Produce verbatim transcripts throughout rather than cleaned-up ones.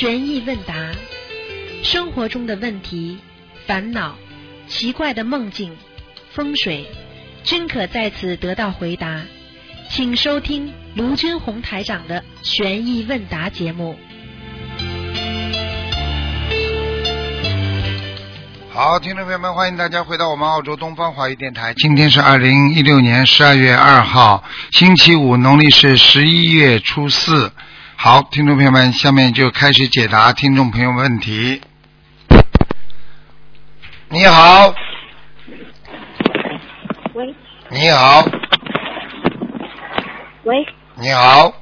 悬疑问答，生活中的问题、烦恼、奇怪的梦境、风水，均可在此得到回答。请收听卢军红台长的悬疑问答节目。 好，听众朋友们，欢迎大家回到我们澳洲东方华语电台。今天是二零一六年十二月二号，星期五，农历是十一月初四。好，听众朋友们，下面就开始解答听众朋友问题。你好。 喂。 你好。 喂。 你好。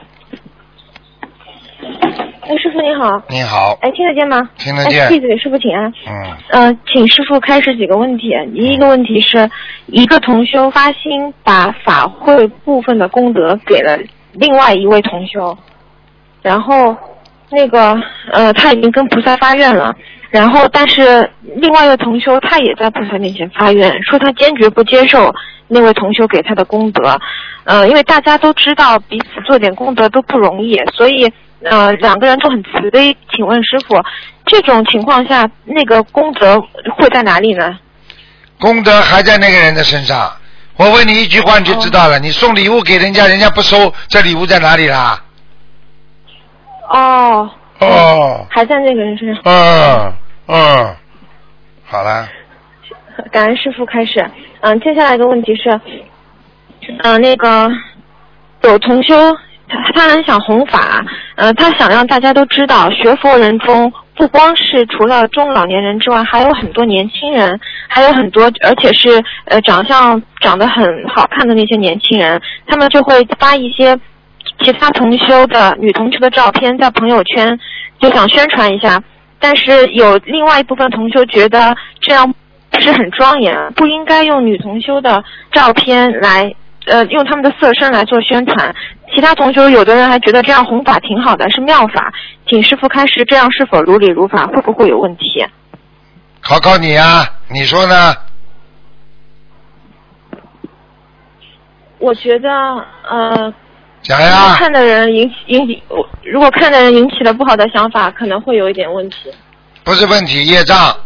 哎，师傅你好。 你好。 哎，听得见吗？ 听得见。 哎，弟子给师傅请安。 嗯。 呃，请师傅开始几个问题。第一个问题是，一个同修发心把法会部分的功德给了另外一位同修，然后那个呃他已经跟菩萨发愿了，然后但是另外一位同修他也在菩萨面前发愿，说他坚决不接受那位同修给他的功德。呃，因为大家都知道彼此做点功德都不容易，所以呃两个人都很慈悲。请问师傅，这种情况下那个功德会在哪里呢？ 功德还在那个人的身上。我问你一句话你就知道了，哦，你送礼物给人家，人家不收，这礼物在哪里啦？ 哦哦， 还在那个人身上。 嗯嗯，好了。 感恩师父开始。嗯，接下来的问题是，嗯，那个有同修他他很想弘法，呃，他想让大家都知道，学佛人中不光是除了中老年人之外，还有很多年轻人，还有很多，而且是呃长相长得很好看的那些年轻人，他们就会发一些其他同修的女同修的照片在朋友圈，就想宣传一下。但是有另外一部分同修觉得这样不是很庄严，不应该用女同修的照片来呃用他们的色身来做宣传。其他同修有的人还觉得这样弘法挺好的，是妙法。请师父开示，这样是否如理如法，会不会有问题？ 考考你啊，你说呢？ 我觉得呃讲呀， 看的人引起引起，如果看的人引起了不好的想法，可能会有一点问题。 不是问题，业障。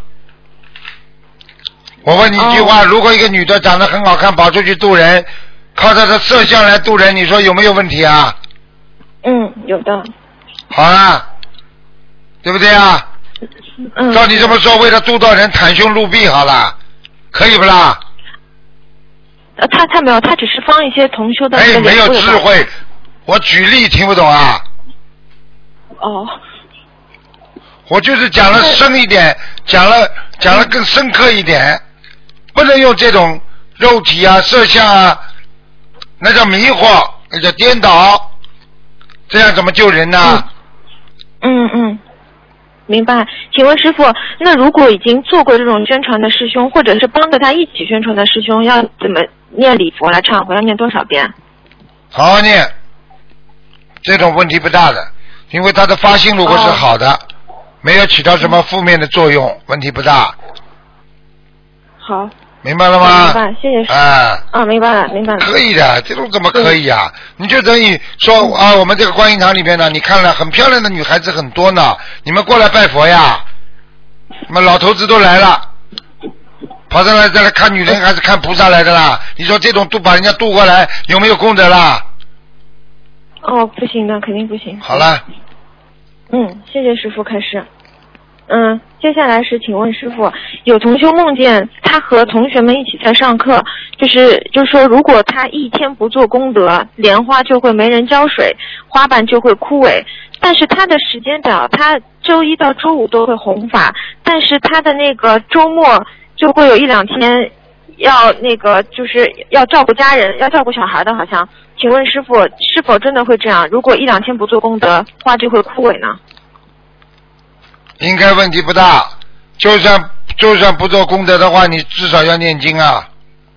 我问你一句话，哦，如果一个女的长得很好看，跑出去渡人，靠她的色相来渡人，你说有没有问题啊？ 嗯，有的。 好啊，对不对啊？ 嗯。 照你这么说，为了渡到人，袒胸露臂好了，可以不啦？ 呃，他他没有，他只是放一些同修的。 哎，没有智慧。我举例听不懂啊。 哦。 我就是讲了深一点，讲了讲了更深刻一点，不能用这种肉体啊、色相啊，那叫迷惑，那叫颠倒，这样怎么救人呢？ 嗯嗯嗯，明白。请问师父，那如果已经做过这种宣传的师兄，或者是帮着他一起宣传的师兄，要怎么念礼佛来忏悔？要念多少遍？ 好好念，这种问题不大的，因为他的发心如果是好的。哦，没有起到什么负面的作用，嗯，问题不大。 好， 明白了吗？ 明白，谢谢师父。 啊， 啊，明白了，明白了。 可以的，这种怎么可以啊？你就等于说，嗯，啊，我们这个观音堂里面呢，你看了很漂亮的女孩子很多呢，你们过来拜佛呀，那么老头子都来了，跑上来再来看女人还是看菩萨来的啦？你说这种都把人家渡过来，有没有功德啦？ 哦，不行的，肯定不行。 好了。 嗯，谢谢师父开示。嗯，接下来是请问师父，有同修梦见他和同学们一起在上课，就是就是说，如果他一天不做功德，莲花就会没人浇水，花瓣就会枯萎。但是他的时间表，他周一到周五都会弘法，但是他的那个周末就会有一两天要那个就是要照顾家人，要照顾小孩的，好像。请问师父，是否真的会这样？如果一两天不做功德，花就会枯萎呢？ 应该问题不大，就算就算不做功德的话，你至少要念经啊。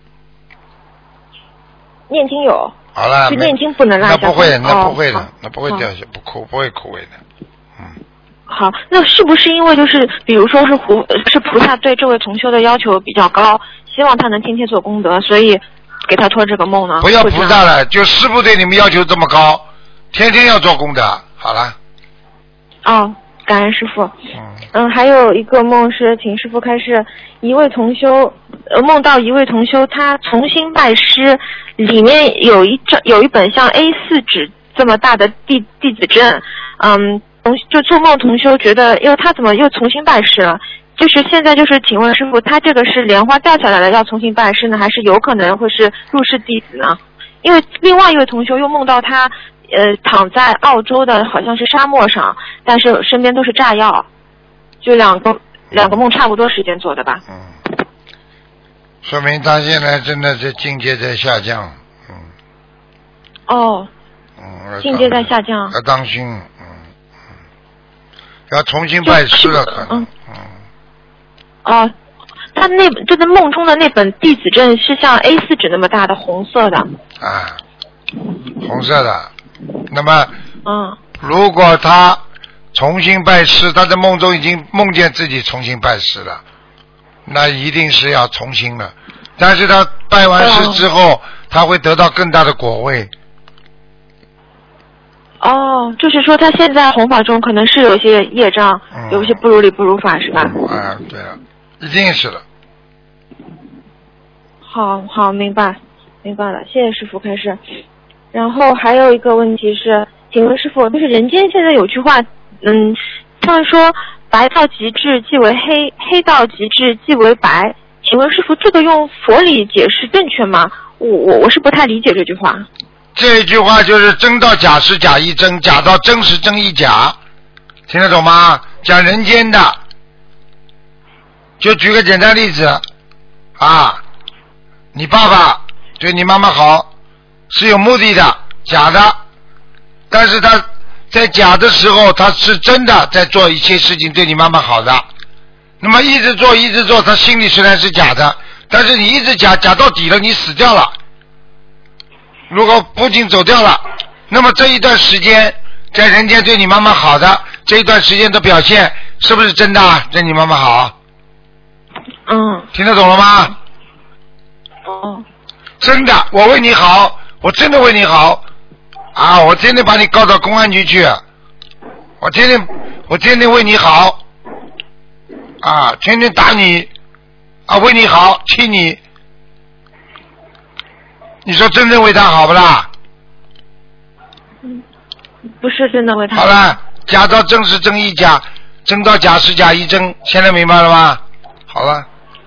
念经有。 好了。 就念经不能落下。 那不会，那不会的， 哦， 那不会掉下，不枯不会枯萎的。嗯。 好，那是不是因为就是比如说是菩是菩萨对这位同修的要求比较高，希望他能天天做功德，所以给他托这个梦呢？ 不要菩萨了，就师父对你们要求这么高，天天要做功德，好了。 哦， 感恩师傅。 嗯嗯，还有一个梦是请师傅开示，一位同修，呃，梦到一位同修他重新拜师，里面有一张有一本像 A 四 纸这么大的弟弟子证，嗯，同就做梦同修觉得，因为他怎么又重新拜师了？就是现在就是请问师傅，他这个是莲花掉下来的要重新拜师呢，还是有可能会是入室弟子呢？因为另外一位同修又梦到他呃躺在澳洲的好像是沙漠上，但是身边都是炸药，就两个两个梦差不多时间做的吧。 嗯，说明他现在真的是境界在下降。嗯。 哦。 嗯。 境界在下降。 要当心。嗯嗯。要重新拜师了，可能。 嗯。嗯哦，他那这个梦中的那本弟子证是像 A 四 纸那么大的红色的。 啊，红色的。那么， 嗯， 如果他重新拜师，他在梦中已经梦见自己重新拜师了，那一定是要重新了。但是他拜完师之后，哦、他会得到更大的果位。 哦，就是说他现在弘法中可能是有一些业障，嗯、有一些不如理不如法，是吧？ 啊，对了，一定是的。 好好，明白，明白了，谢谢师父开示。然后还有一个问题是，请问师父，就是人间现在有句话，嗯，他们说白到极致即为黑，黑到极致即为白。请问师父，这个用佛理解释正确吗？我我我是不太理解这句话。 这句话就是真到假时假亦真，假到真时真亦假，听得懂吗？讲人间的，就举个简单例子啊，你爸爸对你妈妈好是有目的的，假的，但是他在假的时候他是真的在做一切事情对你妈妈好的，那么一直做一直做，他心里虽然是假的，但是你一直假假到底了，你死掉了，如果父亲走掉了，那么这一段时间在人间对你妈妈好的这一段时间的表现是不是真的对你妈妈好？ 嗯， 听得懂了吗？ 哦， 真的，我为你好，我真的为你好啊！我天天把你告到公安局去，我天天我天天为你好啊，天天打你啊，为你好，气你，你说真正为他好不啦？ 嗯，不是真的为他好。 好了，假到真是真亦假，真到假是假亦真，现在明白了吗？好了。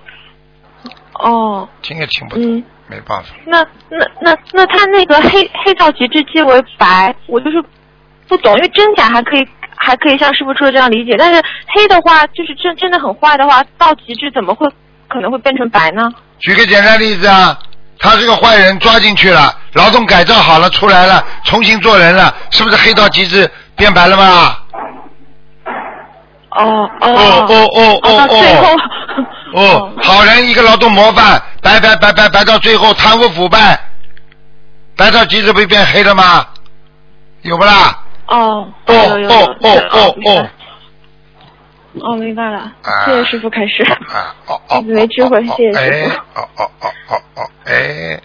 哦。 听也听不懂，嗯、没办法。 那那那那他那个黑黑到极致即为白，我就是不懂，因为真假还可以还可以像师父说的这样理解，但是黑的话就是真真的很坏的话，到极致怎么会可能会变成白呢？ 举个简单例子啊，他是个坏人，抓进去了，劳动改造好了出来了，重新做人了，是不是黑到极致变白了吗？ 哦哦哦哦哦哦哦哦，好人一个劳动模范，白白白白白到最后贪污腐败，白到极致不变黑了吗？有不啦？ 哦哦哦哦哦哦。 哦，明白了，谢谢师父开始。 啊哦哦， 没智慧，谢谢师父。 哦哦哦哦哦，哎。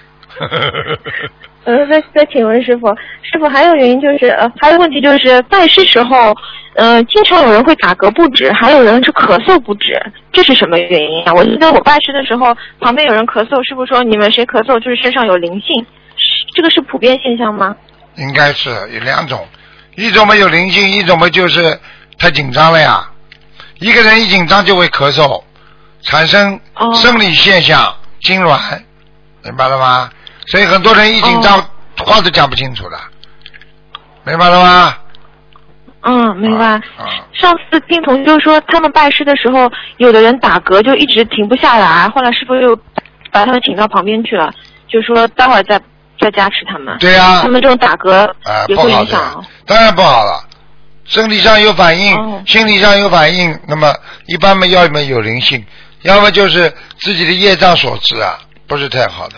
呃，再再请问师傅，师傅还有原因就是呃，还有问题就是拜师时候，呃，经常有人会打嗝不止，还有人是咳嗽不止，这是什么原因啊？我记得我拜师的时候，旁边有人咳嗽，师傅说你们谁咳嗽就是身上有灵性，这个是普遍现象吗？ 应该是有两种，一种嘛有灵性，一种嘛就是太紧张了呀。一个人一紧张就会咳嗽，产生生理现象，哦、痉挛，明白了吗？所以很多人一紧张、哦、话都讲不清楚了，明白了吗？ 嗯，明白。 啊啊、 上次听同学说他们拜师的时候，有的人打嗝就一直停不下来，后来师父又把他们请到旁边去了，就说待会儿再再加持他们。 对呀、啊。 他们这种打嗝也会影响、 啊。当然不好了，身体上有反应，哦、心理上有反应，那么一般嘛要么有灵性，要么就是自己的业障所致啊，不是太好的。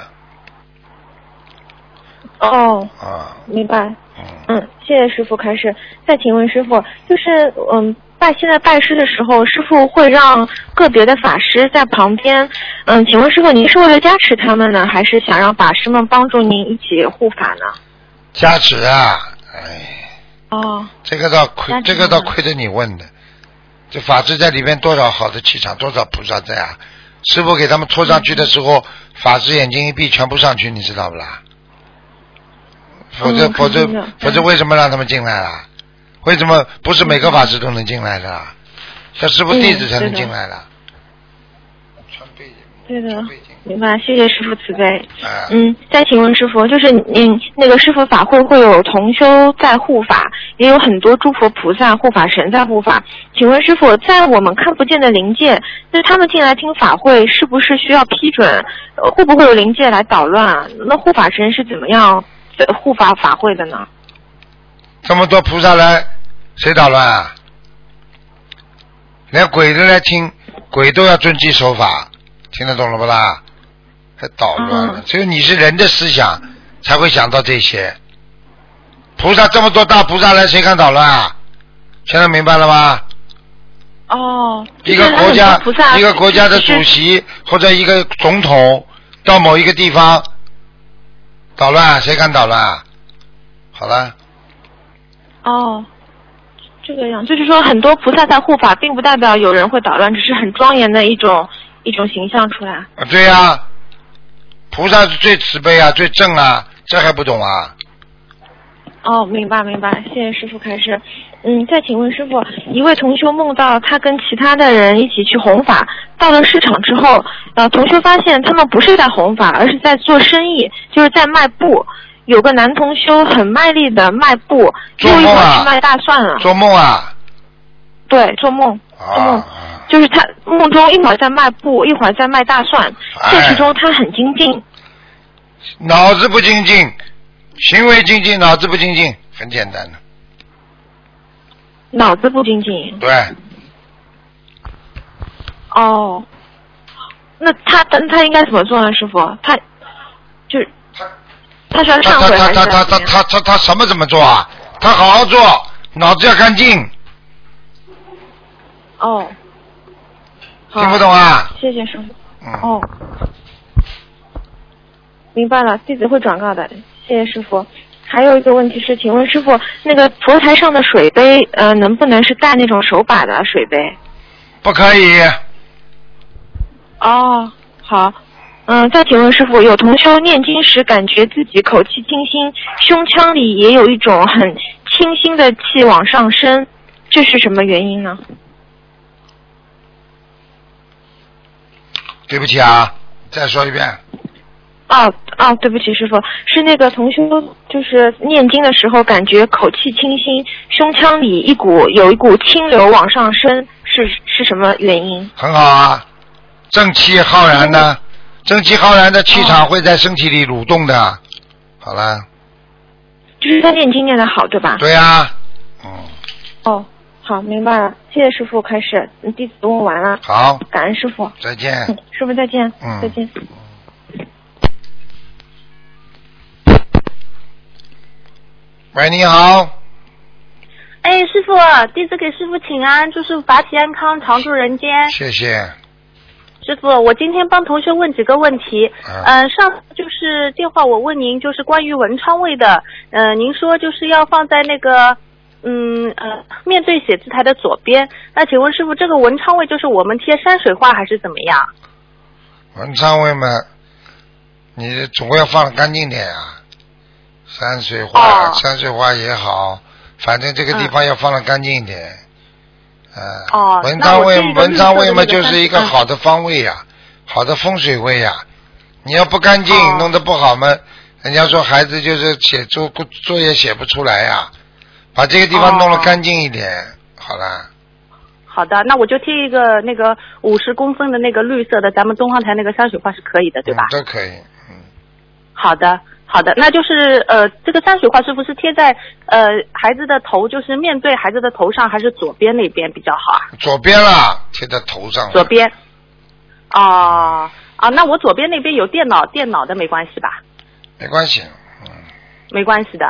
哦， 啊， 明白。嗯, 嗯，谢谢师父开示。再请问师父，就是嗯拜现在拜师的时候，师父会让个别的法师在旁边。嗯，请问师父，您是为了加持他们呢，还是想让法师们帮助您一起护法呢？ 加持啊，哎， 哦。 这个倒亏，这个倒亏得你问的。这法师在里面多少好的气场，多少菩萨在啊！师父给他们拖上去的时候，嗯、法师眼睛一闭，全部上去，你知道不啦？否则， 嗯、 否则，否则为什么让他们进来了？为什么不是每个法师都能进来的？像师父弟子才能进来的。穿背景。 对的。明白，谢谢师父慈悲。 哎、 嗯，再请问师父，就是嗯，那个师父法会会有同修在护法，也有很多诸佛菩萨、护法神在护法。请问师父，在我们看不见的灵界，就是他们进来听法会，是不是需要批准？呃、会不会有灵界来捣乱啊？那护法神是怎么样护法法会的呢？ 这么多菩萨来，谁捣乱啊？连鬼都来听，鬼都要遵纪守法，听得懂了不啦？还捣乱了，只有你是人的思想才会想到这些。菩萨这么多大菩萨来，谁敢捣乱啊？现在明白了吗？ 哦， 一个国家，一个国家的主席或者一个总统到某一个地方捣乱，谁敢捣乱啊？好了。 哦，这个样，就是说很多菩萨在护法，并不代表有人会捣乱，只是很庄严的一种一种形象出来。 啊，对呀、啊，菩萨是最慈悲啊，最正啊，这还不懂啊？ 哦，明白明白，谢谢师父开示。嗯，再请问师父，一位同修梦到他跟其他的人一起去弘法，到了市场之后，呃，同修发现他们不是在弘法，而是在做生意，就是在卖布。有个男同修很卖力的卖布，又一会儿去卖大蒜了。 做梦啊？ 对，做梦。做梦。啊、就是他梦中一会儿在卖布，一会儿在卖大蒜，现实中他很精进。 脑子不精进，行为精进，脑子不精进，很简单的。 脑子不精进。 对。 哦，那他他他应该怎么做呢，师傅？他就是他他是要忏悔还是他他他他他他他什么怎么做啊？他好好做，脑子要干净。 哦。 听不懂啊？ 谢谢师傅。 嗯。 哦。明白了，弟子会转告的，谢谢师傅。还有一个问题是，请问师傅，那个佛台上的水杯，呃，能不能是带那种手把的水杯？ 不可以。 哦，好。嗯，再请问师傅，有同修念经时感觉自己口气清新，胸腔里也有一种很清新的气往上升，这是什么原因呢？ 对不起啊，再说一遍。 哦哦，对不起，师傅，是那个同修，就是念经的时候感觉口气清新，胸腔里一股有一股清流往上升，是是什么原因？ 很好啊，正气浩然的，正气浩然的气场会在身体里蠕动的。哦、好了。 就是他念经念得好，对吧？ 对呀、啊。嗯。 哦，好，明白了，谢谢师傅开始，弟子问完了。 好。 感恩师傅。 再见。 嗯、师傅再见。 嗯。 再见。 喂，你好。 哎，师傅，弟子给师傅请安，祝师傅法体安康，常住人间。 谢谢。 师傅，我今天帮同学问几个问题。嗯、呃，上次就是电话我问您，就是关于文昌位的。嗯、呃，您说就是要放在那个，嗯呃，面对写字台的左边。那请问师傅，这个文昌位就是我们贴山水画还是怎么样？ 文昌位嘛，你总归要放得干净点啊。山水画，哦、山水画也好，反正这个地方要放得干净一点。嗯、呃， 哦， 文昌位，文昌位嘛，就是一个好的方位呀、啊，嗯、好的风水位呀、啊。你要不干净，哦、弄得不好嘛，人家说孩子就是写作作业写不出来呀、啊。把这个地方弄得干净一点，哦、好了。 好的，那我就贴一个那个五十公分的那个绿色的，咱们东方台那个山水画是可以的，对吧？ 嗯、都可以，嗯。 好的。好的，那就是呃，这个山水画是不是贴在呃孩子的头，就是面对孩子的头上，还是左边那边比较好啊？ 左边啦，贴在头上。 左边。哦啊，那我左边那边有电脑，电脑的没关系吧？ 没关系，嗯。 没关系的。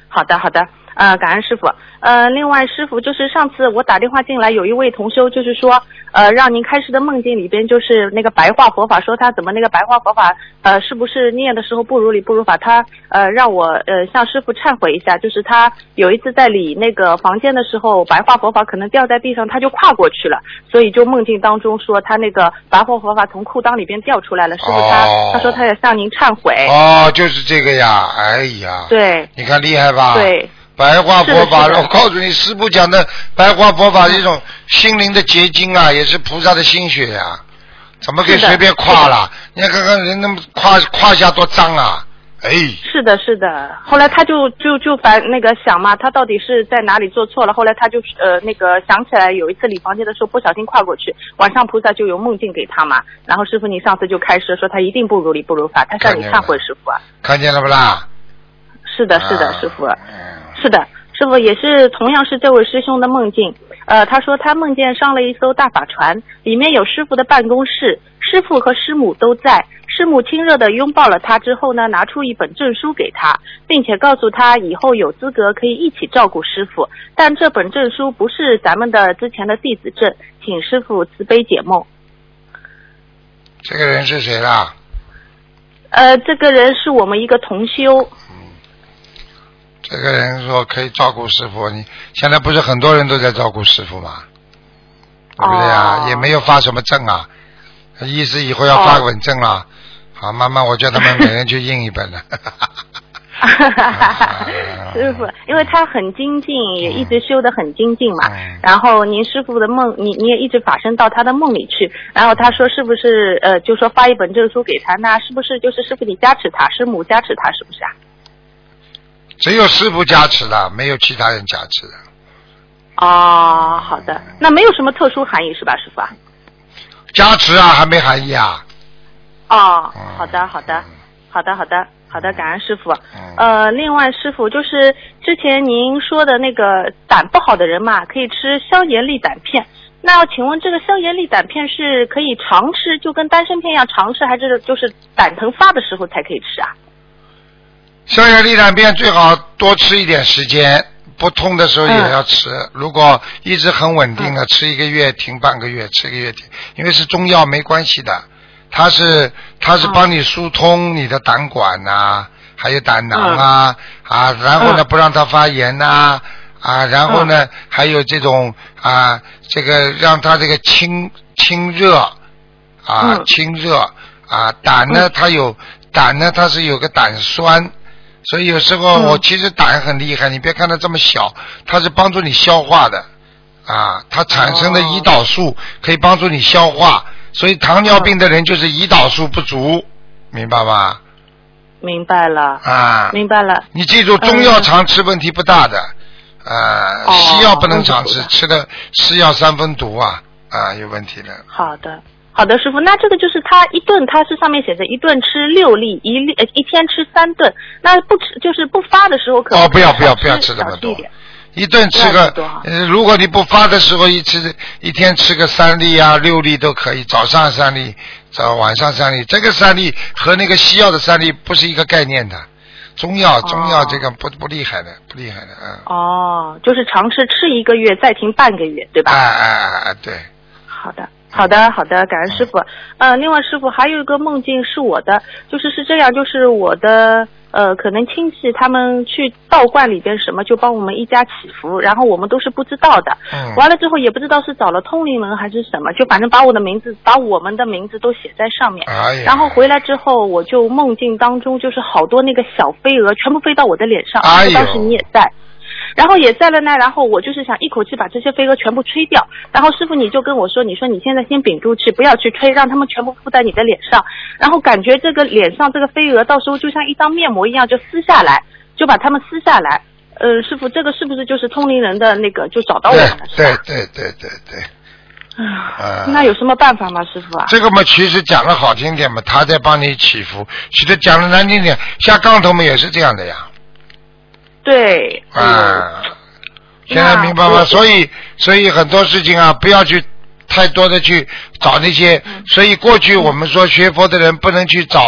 好的，好的。呃，感恩师傅。呃，另外师傅就是上次我打电话进来，有一位同修就是说，呃，让您开示的梦境里边就是那个白话佛法，说他怎么那个白话佛法，呃，是不是念的时候不如理不如法？他呃让我呃向师傅忏悔一下，就是他有一次在理那个房间的时候，白话佛法可能掉在地上，他就跨过去了，所以就梦境当中说他那个白话佛法从裤裆里边掉出来了。师傅他、哦、他说他要向您忏悔。 哦，就是这个呀，哎呀， 对， 你看厉害吧？ 对。 白话佛法，我告诉你，师父讲的白话佛法这种心灵的结晶啊，也是菩萨的心血呀、啊，怎么可以随便跨了？你看看看人那么胯胯下多脏啊！哎， 是的，是的。后来他就就就反那个想嘛，他到底是在哪里做错了？后来他就呃那个想起来有一次理房间的时候不小心跨过去，晚上菩萨就有梦境给他嘛。然后师父你上次就开示说他一定不如理不如法，他向你忏悔，师父啊。 看见了不啦？ 是的，是的，啊、师父。是的，师父也是同样是这位师兄的梦境。呃，他说他梦见上了一艘大法船，里面有师父的办公室，师父和师母都在。师母亲热地拥抱了他之后呢，拿出一本证书给他，并且告诉他以后有资格可以一起照顾师父，但这本证书不是咱们的之前的弟子证，请师父慈悲解梦。 这个人是谁啦？ 呃，这个人是我们一个同修。 这个人说可以照顾师父，你现在不是很多人都在照顾师父吗？对不对啊？哦、也没有发什么证啊，意思以后要发本证了。哦、好，慢慢我叫他们每人去印一本了。 师父，因为他很精进，也一直修得很精进嘛。嗯、然后您师父的梦，你你也一直法身到他的梦里去。然后他说是不是呃，就说发一本证书给他，那是不是就是师父你加持他，师母加持他，是不是啊？ 只有师父加持的，没有其他人加持的。 哦，好的，那没有什么特殊含义是吧，师父啊？ 加持啊，还没含义啊。 哦，好的，好的，好的，好的，好的，感恩师父。呃，另外师父就是之前您说的那个胆不好的人嘛，可以吃消炎利胆片。那要请问这个消炎利胆片是可以常吃，就跟丹参片一样常吃，还是就是胆疼发的时候才可以吃啊？ 消炎利胆片最好多吃一点时间，不痛的时候也要吃。嗯、如果一直很稳定的，嗯、吃一个月停半个月，吃一个月停，因为是中药没关系的，它是它是帮你疏通你的胆管呐、啊，还有胆囊啊、嗯、啊，然后呢、嗯、不让它发炎呐 啊, 啊，然后呢、嗯、还有这种啊这个让它这个清清热啊、嗯、清热啊，胆呢、嗯、它有胆呢它是有个胆酸。所以有时候我其实胆很厉害，嗯、你别看它这么小，它是帮助你消化的啊，它产生的胰岛素可以帮助你消化，所以糖尿病的人就是胰岛素不足，明白吗？ 明白了啊， 明白了。 你记住，中药常吃问题不大的，呃，嗯、西药不能常吃，吃的是药三分毒啊啊，有问题的。 好的。好的，师傅，那这个就是他一顿，他是上面写着一顿吃六粒，一粒呃一天吃三顿，那不吃就是不发的时候可能哦，不要不要不要吃这么多，一顿吃个呃，如果你不发的时候一吃一天吃个三粒啊六粒都可以，早上三粒，早晚上三粒，这个三粒和那个西药的三粒不是一个概念的，中药中药这个不不厉害的不厉害的嗯。 哦，就是常吃吃一个月再停半个月，对吧？ 哎哎哎，对。 好的。好的，好的，感恩师傅。呃，另外师傅还有一个梦境是我的，就是是这样，就是我的呃，可能亲戚他们去道观里边什么，就帮我们一家祈福，然后我们都是不知道的。嗯。完了之后也不知道是找了通灵人还是什么，就反正把我的名字，把我们的名字都写在上面。哎呀。然后回来之后，我就梦境当中就是好多那个小飞蛾全部飞到我的脸上，哎呦。当时你也在。然后也在了呢，然后我就是想一口气把这些飞蛾全部吹掉，然后师傅你就跟我说，你说你现在先屏住气，不要去吹，让他们全部附在你的脸上，然后感觉这个脸上这个飞蛾到时候就像一张面膜一样就撕下来，就把它们撕下来。呃，师傅这个是不是就是通灵人的那个就找到我们了？ 对对对对对对。 啊、那有什么办法吗，师傅啊？ 这个嘛，其实讲的好听点嘛，他在帮你祈福；其实讲的难听点，下杠头们也是这样的呀。 对， 啊，现在明白吗？所以，所以很多事情啊，不要去太多的去找那些。嗯、所以过去我们说学佛的人不能去找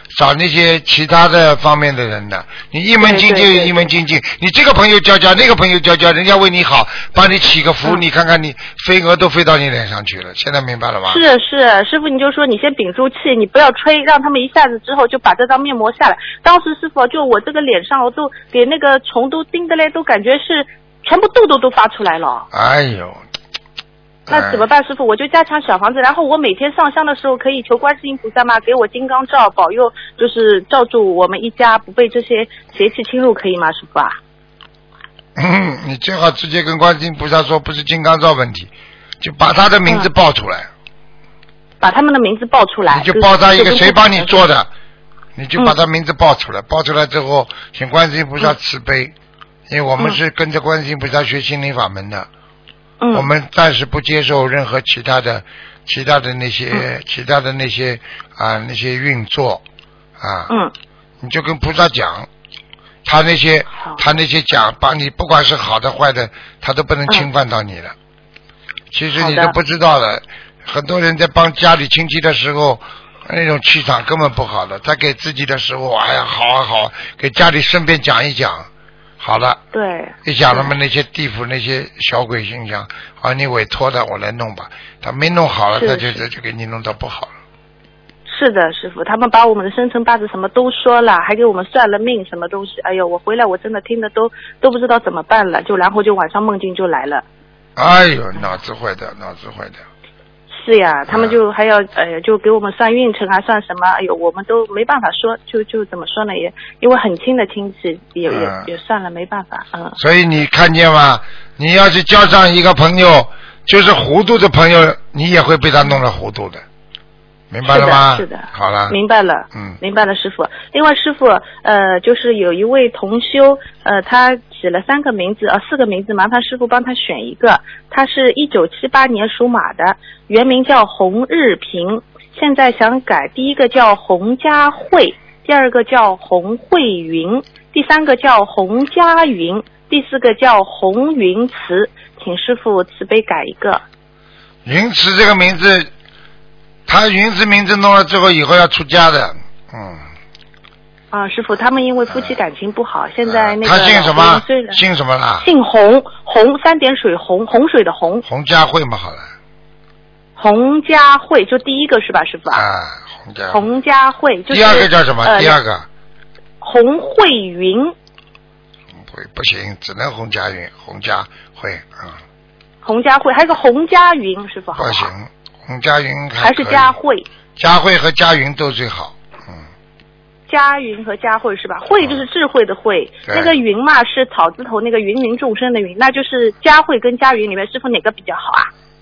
找那些其他的方面的人的。你一门精进一门精进，你这个朋友教教，那个朋友教教，人家为你好，帮你祈个福，嗯、你看看你飞蛾都飞到你脸上去了。现在明白了吗？ 是是，师傅你就说你先屏住气，你不要吹，让他们一下子之后就把这张面膜下来。当时师傅就我这个脸上我都给那个虫都叮的嘞，都感觉是全部痘痘都发出来了。 哎呦！ 那怎么办，师傅？我就加强小房子，然后我每天上香的时候可以求观世音菩萨嘛，给我金刚罩，保佑就是罩住我们一家不被这些邪气侵入，可以吗，师傅啊？ 嗯，你最好直接跟观世音菩萨说，不是金刚罩问题，就把他的名字报出来。嗯、 把他们的名字报出来。 你就报他一个谁帮你做的，你就把他名字报出来，嗯、报出来之后，请观世音菩萨慈悲，嗯、因为我们是跟着观世音菩萨学心灵法门的。 嗯， 我们暂时不接受任何其他的、其他的那些、嗯、其他的那些啊那些运作啊。 嗯。 你就跟菩萨讲，他那些他那些讲，把你不管是好的坏的，他都不能侵犯到你了。嗯、其实你都不知道的，很多人在帮家里亲戚的时候，那种气场根本不好的。他给自己的时候，哎呀，好啊好，给家里顺便讲一讲。好了， 对， 一讲他们那些地府那些小鬼心想，啊，你委托的，我来弄吧。他没弄好了，他就就就给你弄到不好了。 是的，师傅，他们把我们的生辰八字什么都说了，还给我们算了命，什么东西。哎呦，我回来我真的听的都都不知道怎么办了，就然后就晚上梦境就来了。 哎呦，脑子坏的，脑子坏的。 是呀，他们就还要呃，就给我们算运程啊，算什么？哎呦，我们都没办法说，就就怎么说呢？也因为很亲的亲戚，也、嗯、也也算了，没办法，嗯。 所以你看见吗？你要是交上一个朋友，就是糊涂的朋友，你也会被他弄了糊涂的，明白了吗？ 是的，是的。 好了， 明白了， 嗯， 明白了，师傅。另外，师傅，呃，就是有一位同修，呃，他起了三个名字，呃，四个名字，麻烦师傅帮他选一个。他是一九七八年属马的，原名叫洪日平，现在想改，第一个叫洪家慧，第二个叫洪慧云，第三个叫洪家云，第四个叫洪云慈，请师傅慈悲改一个。 云慈这个名字，他云慈名字弄了之后，以后要出家的，嗯。 啊，师傅，他们因为夫妻感情不好，呃、现在那个他姓什么？姓什么啦？ 姓洪，洪三点水洪，洪水的洪。 洪家慧嘛，好了。 洪家慧就第一个是吧，师傅啊？ 啊，洪家。 洪家慧就是。 第二个叫什么？呃、第二个。 洪慧云。 不不行，只能洪家云，洪家慧啊。嗯、 洪家慧还有个洪家云，师傅好不好？ 不行，洪家云还是家慧。 家慧和家云都最好。 家云和家慧是吧？慧就是智慧的慧，嗯、那个云嘛是草字头那个芸芸众生的云，那就是家慧跟家云里面师傅哪个比较好啊？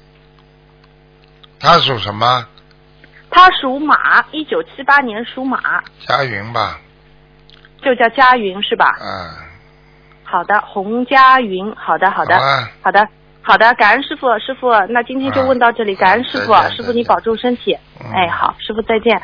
他属什么？ 他属马，一九七八年属马。 家云吧。 就叫家云是吧？ 嗯。 好的，洪家云，好的好的， 好, 啊、 好的好的，感恩师傅师傅，那今天就问到这里，啊、感恩师傅，师傅你保重身体。嗯、哎，好，师傅再见。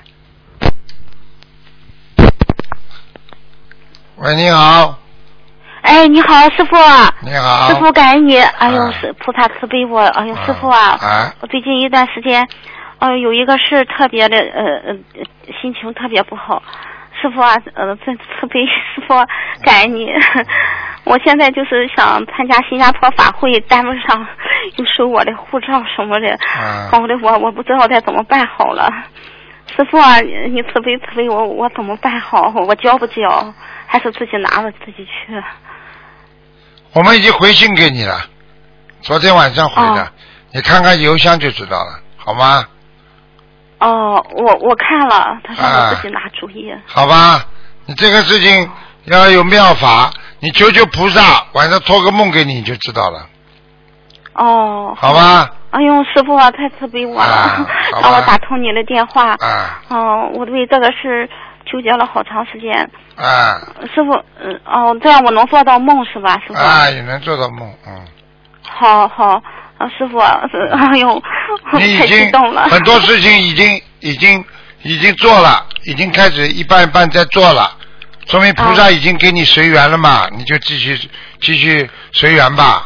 喂，你好。 哎，你好，师傅。 你好。 师傅，感恩你。哎呦，是菩萨慈悲我。哎呦，师傅啊， 啊我最近一段时间，呃，有一个事特别的，呃呃，心情特别不好。师傅啊，呃，慈慈悲，师傅，感恩你。我现在就是想参加新加坡法会，单位上又收我的护照什么的， 啊， 我的我我不知道该怎么办好了。师傅啊，你慈悲慈悲我，我怎么办好？我交不交？还是自己拿了自己去？ 我们已经回信给你了，昨天晚上回的， 哦、 你看看邮箱就知道了，好吗？ 哦，我我看了，他说我自己拿主意。 啊、好吧，你这个事情要有妙法，你求求菩萨，晚上托个梦给你，你就知道了。 哦。 好吧。 哎呦，师傅啊，太慈悲我了， 啊、 让我打通你的电话。 啊。 哦，我为这个事纠结了好长时间。 啊。 师傅，嗯，哦，这样我能做到梦是吧，师傅？ 啊，也能做到梦，嗯。 好好，啊，师傅，哎呦，太激动了。 很多事情已经已经已经做了，已经开始一半一半在做了，说明菩萨已经给你随缘了嘛，啊、你就继续继续随缘吧，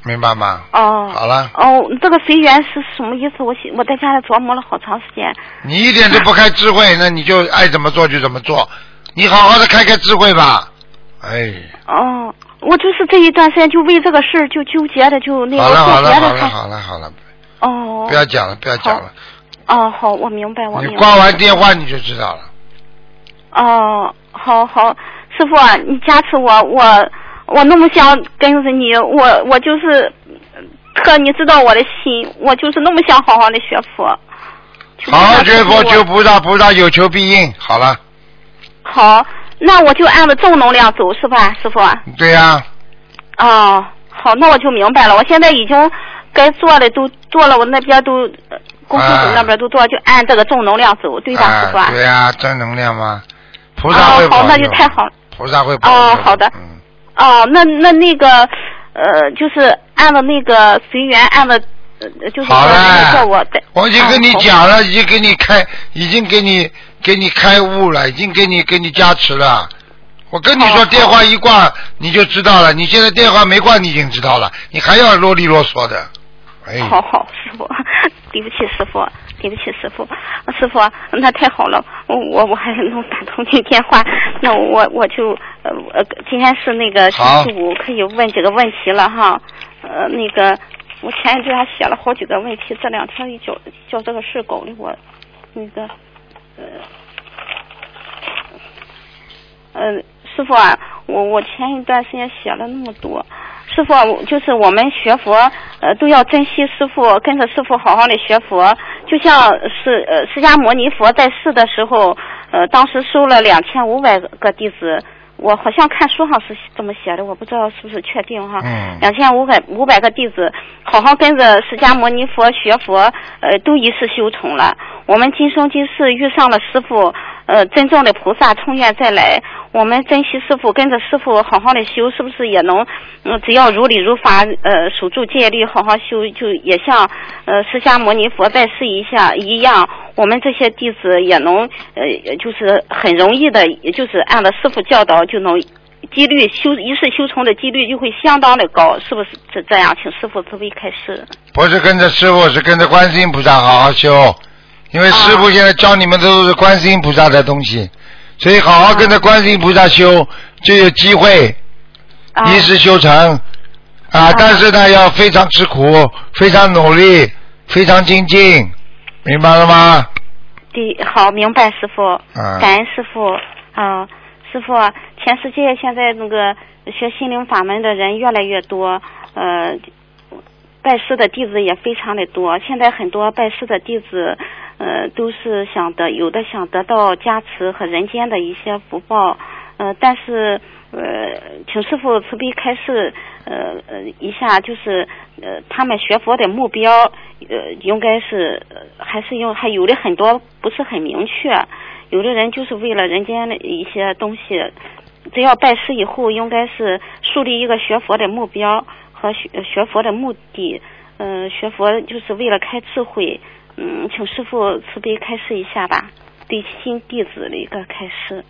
明白吗？ 哦。 好了。 哦，这个随缘是什么意思？我我在家里琢磨了好长时间。 你一点都不开智慧，那你就爱怎么做就怎么做。你好好的开开智慧吧。哎。 哦，我就是这一段时间就为这个事儿就纠结的，就那个好了好了做别的好了好了好了。 哦。 不要讲了，不要讲了。 哦，好，我明白，我明白。 你挂完电话你就知道了。 哦，好好，师傅啊，你加持我，我我那么想跟着你，我我就是特你知道我的心，我就是那么想好好的学佛。 好好学佛求菩萨，菩萨有求必应。好了。 好，那我就按照正能量走，是吧，师傅？ 对呀、 啊。哦，好，那我就明白了。我现在已经该做的都做了，我那边都公司组那边都做，就按这个正能量走，对吧， 啊、 师傅？ 对呀、啊，正能量嘛，菩萨会保佑。 哦，好，那就太好了。 菩萨会保佑。 哦，好的。 嗯。 哦，那那那个呃，就是按照那个随缘，按照呃，就是说叫我的。 我已经跟你讲了，已经给你开，已经给你给你开悟了，已经给你给你加持了。我跟你说，电话一挂你就知道了。你现在电话没挂，你已经知道了，你还要啰里啰嗦的。哎。 好好，师傅，对不起，师傅，对不起，师傅，师傅，那太好了，我我还能打通你电话，那我我就呃呃，今天是那个星期五，可以问几个问题了哈。呃，那个我前一阵还写了好几个问题，这两天一叫叫这个事搞的我那个呃呃，师傅啊，我我前一段时间写了那么多。师傅，就是我们学佛，呃，都要珍惜师傅，跟着师傅好好的学佛。就像是呃释迦牟尼佛在世的时候，呃，当时收了两千五百个弟子，我好像看书上是这么写的，我不知道是不是确定哈。 嗯。 两千五百五百个弟子，好好跟着释迦牟尼佛学佛，呃，都一世修成了。我们今生今世遇上了师傅，呃，真正的菩萨冲愿再来。我们珍惜师傅，跟着师傅好好的修，是不是也能，嗯、呃，只要如理如法，呃，守住戒律，好好修，就也像呃释迦牟尼佛在世一下一样，我们这些弟子也能，呃，就是很容易的，也就是按照师傅教导，就能几率修一世修成的几率就会相当的高，是不是这这样？请师傅慈悲开示。 不是跟着师傅，是跟着观世音菩萨好好修，因为师傅现在教你们都是观世音菩萨的东西。所以好好跟着观世音菩萨修，就有机会一世修成啊！但是呢，要非常吃苦，非常努力，非常精进，明白了吗？ 对，好，明白师傅， 啊、 感恩师傅啊，师傅，全世界现在那个学心灵法门的人越来越多，呃，拜师的弟子也非常的多。现在很多拜师的弟子。呃，都是想得有的想得到加持和人间的一些福报，呃，但是呃，请师父慈悲开示，呃呃一下，就是呃他们学佛的目标，呃应该是、呃、还是用还有的很多不是很明确，有的人就是为了人间的一些东西，只要拜师以后，应该是树立一个学佛的目标和学学佛的目的，呃，学佛就是为了开智慧。嗯，请师父慈悲开示一下吧，对新弟子的一个开示。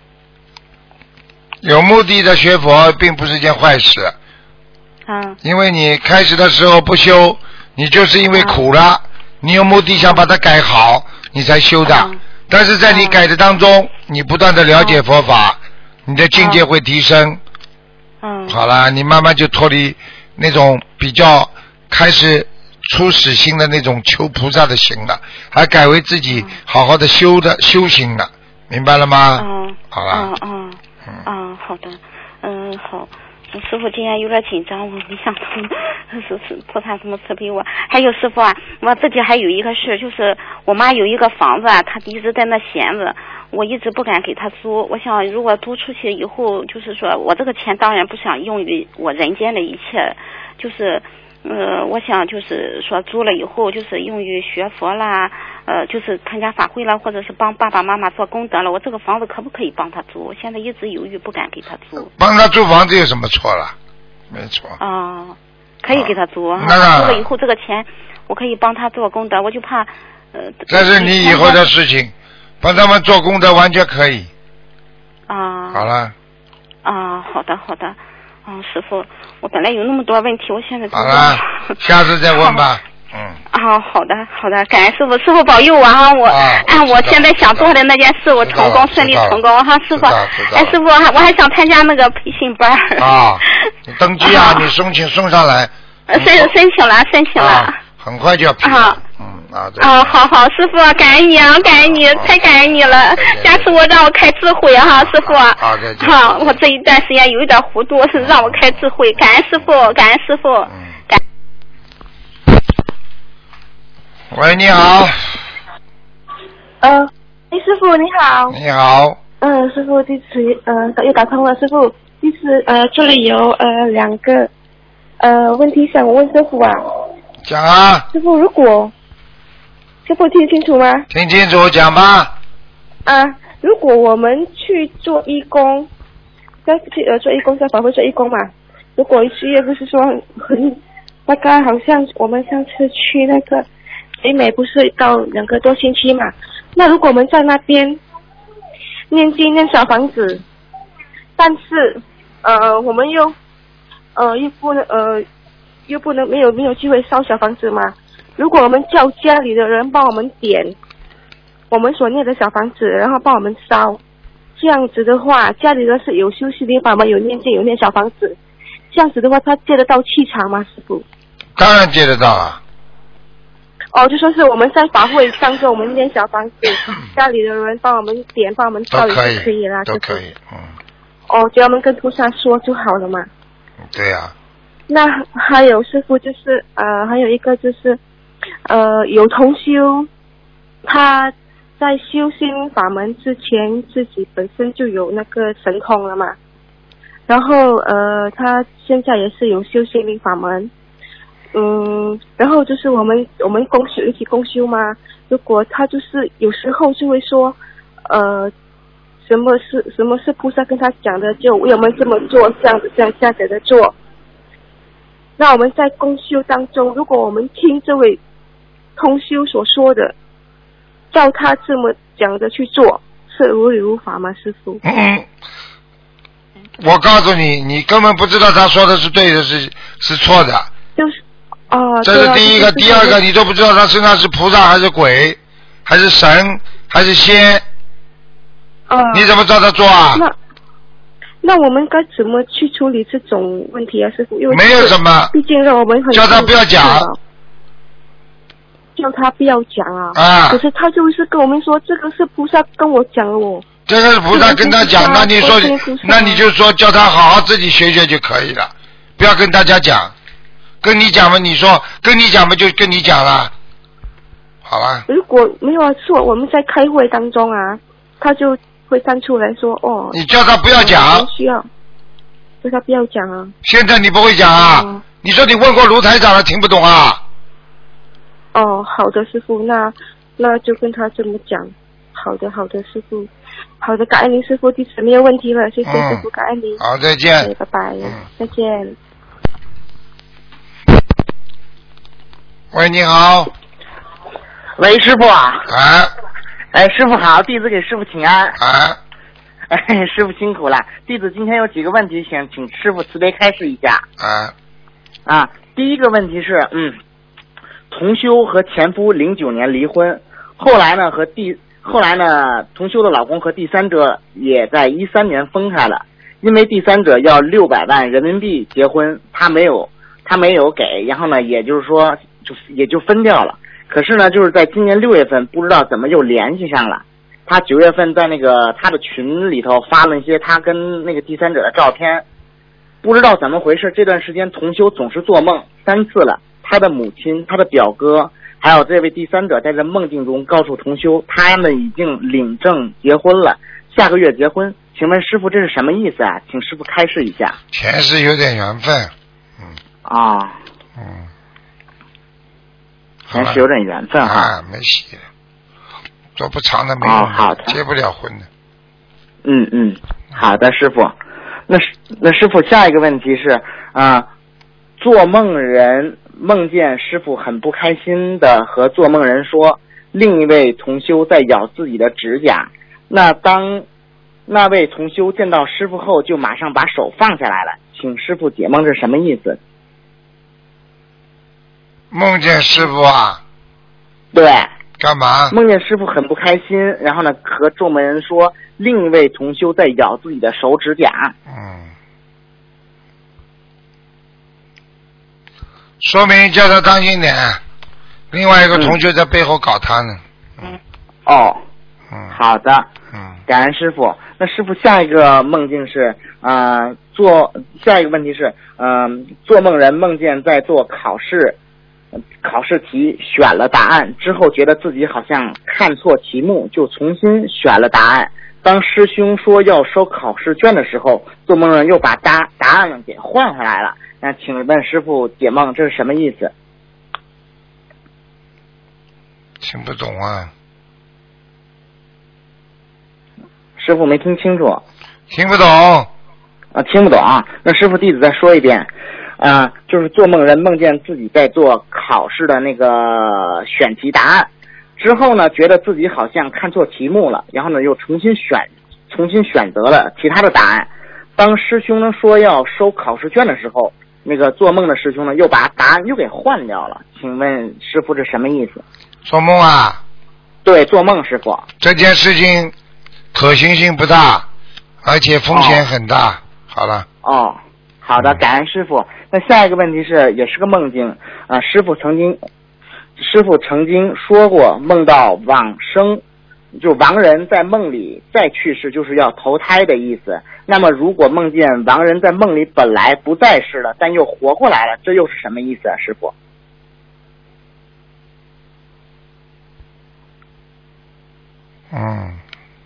有目的的学佛并不是件坏事。 啊。 因为你开始的时候不修，你就是因为苦了，啊、你有目的想把它改好，你才修的。啊、但是在你改的当中，啊、你不断的了解佛法，啊、你的境界会提升。 嗯、啊。 好了，你慢慢就脱离那种比较开始。初始心的那种求菩萨的行了，还改为自己好好的修的、嗯、修行了，明白了吗？ 嗯， 好了。 嗯嗯嗯嗯，好的，嗯好。师傅今天有点紧张，我没想到是是菩萨怎么慈悲我。还有师傅啊，我自己还有一个事，就是我妈有一个房子啊，她一直在那闲着，我一直不敢给她租。我想如果租出去以后，就是说我这个钱当然不想用于我人间的一切，就是。呃，我想就是说租了以后，就是用于学佛啦，呃，就是参加法会啦，或者是帮爸爸妈妈做功德了。我这个房子可不可以帮他租？我现在一直犹豫，不敢给他租。 帮他租房子有什么错了？没错。 啊、呃，可以给他租。 啊、那租了以后，这个钱我可以帮他做功德，我就怕呃。 这是你以后的事情，帮他们做功德完全可以。 啊。 好了。 啊，好的好的。 嗯，师傅，我本来有那么多问题，我现在都好了，下次再问吧。嗯。 啊，好的，好的，感恩师傅，师傅保佑我哈，我按我现在想做的那件事，我成功顺利成功哈，师傅。哎，师傅，我还想参加那个培训班。 啊，你登记啊，你申请送上来。 申申请了，申请了。 很快就要批了。嗯啊。 啊，好好，师傅，感恩你啊，感恩你，太感恩你了，加持我让我开智慧哈，师傅。 好的。 好，我这一段时间有一点糊涂，是让我开智慧，感恩师傅，感恩师傅。嗯。感。 喂，你好。 呃，哎，师傅你好。 你好。 嗯，师傅弟子呃又打通了，师傅弟子呃这里有呃两个呃问题想问师傅啊。 讲啊。 师傅，如果师傅听清楚吗？ 听清楚，讲吧。 啊，如果我们去做义工，在去呃做义工，在法会做义工嘛。如果一个月不是说很大概好像我们上次去那个北美不是到两个多星期嘛？那如果我们在那边念经念小房子，但是呃我们又呃又不能呃又不能没有没有机会烧小房子嘛？如果我们叫家里的人帮我们点我们所念的小房子，然后帮我们烧，这样子的话，家里人是有修心灵法门，有念经，有念小房子，这样子的话，他接得到气场吗，师傅？ 当然接得到啊。 哦，就说是我们在法会当中，我们念小房子，家里的人帮我们点，帮我们烧也是可以啦， 都可以，嗯。 哦，只要我们跟菩萨说就好了嘛。 对呀、啊。 那还有师傅就是呃，还有一个就是呃，有同修，他在修心法门之前，自己本身就有那个神通了嘛。然后呃，他现在也是有修心灵法门。嗯，然后就是我们我们共修一起共修嘛。如果他就是有时候就会说，呃，什么是什么是菩萨跟他讲的，就为我们这么做，这样子这样这样子的做。那我们在共修当中，如果我们听这位同修所说的，照他这么讲的去做，是如理如法吗，师父？ 嗯，我告诉你，你根本不知道他说的是对的，是是错的。 就是。哦， 这是第一个，第二个你都不知道他身上是菩萨还是鬼，还是神还是仙， 哦， 你怎么知道他做啊？ 那那我们该怎么去处理这种问题啊，师傅？因为没有什么， 毕竟让我们很叫他不要讲， 叫他不要讲啊。 啊！ 可是他就是跟我们说，这个是菩萨跟我讲的哦。 这个是菩萨跟他讲，那你说，那你就说叫他好好自己学学就可以了，不要跟大家讲。跟你讲嘛，你说跟你讲嘛，就跟你讲了，好了。 如果没有错，我们在开会当中啊，他就会站出来说：“哦， 你叫他不要讲， 需要，叫他不要讲啊。” 现在你不会讲啊？嗯、你说你问过卢台长了，听不懂啊？ 哦，好的，师傅，那那就跟他这么讲。好的，好的，师傅，好的，感恩您，师傅，弟子没有问题了，谢谢、嗯、师傅，感恩您。 好，再见。 拜拜、嗯，再见。 喂，你好。 喂，师傅啊。 哎。 哎，师傅好，弟子给师傅请安。 哎。 哎，师傅辛苦了。弟子今天有几个问题想请师傅慈悲开示一下。 哎。 啊，第一个问题是，嗯，同修和前夫零九年离婚，后来呢和第后来呢同修的老公和第三者也在一三年分开了，因为第三者要六百万人民币结婚，他没有他没有给，然后呢也就是说。就也就分掉了，可是呢，就是在今年六月份，不知道怎么又联系上了。他九月份在那个他的群里头发了一些他跟那个第三者的照片，不知道怎么回事。这段时间同修总是做梦三次了，他的母亲、他的表哥，还有这位第三者在这梦境中告诉同修，他们已经领证结婚了，下个月结婚。请问师傅这是什么意思啊？请师傅开示一下。 前世有点缘分，嗯。 啊。 嗯。 还是有点缘分哈、 啊，没戏了，做不长的没用、 哦，好的， 结不了婚的。 嗯嗯，好的，师傅。那那师傅下一个问题是啊、呃，做梦人梦见师傅很不开心的和做梦人说，另一位同修在咬自己的指甲。那当那位同修见到师傅后就马上把手放下来了，请师傅解梦，这是什么意思？ 梦见师傅啊？ 对。 干嘛？ 梦见师傅很不开心，然后呢和众门人说另一位同修在咬自己的手指甲。 嗯，说明叫他当心点。另外一个同学在背后搞他呢。 嗯。哦。 嗯。 好的。 嗯。 感恩师傅。那师傅下一个梦境是呃做下一个问题是嗯、呃、做梦人梦见在做考试。考试题选了答案之后，觉得自己好像看错题目，就重新选了答案。当师兄说要收考试卷的时候，做梦人又把答答案给换回来了。那请问师傅解梦，这是什么意思？ 听不懂啊。 师傅没听清楚。 听不懂。 啊，听不懂啊。那师傅弟子再说一遍。啊、呃，就是做梦人梦见自己在做考试的那个选题答案，之后呢，觉得自己好像看错题目了，然后呢又重新选，重新选择了其他的答案。当师兄呢说要收考试卷的时候，那个做梦的师兄呢又把答案又给换掉了。请问师傅这什么意思？ 做梦啊？ 对，做梦师傅。 这件事情可行性不大，而且风险很大。哦、好了。 哦。好的，感恩师傅。那下一个问题是，也是个梦境啊、呃。师傅曾经，师傅曾经说过，梦到往生，就亡人在梦里再去世，就是要投胎的意思。那么，如果梦见亡人在梦里本来不在世了，但又活过来了，这又是什么意思啊，师傅？ 嗯，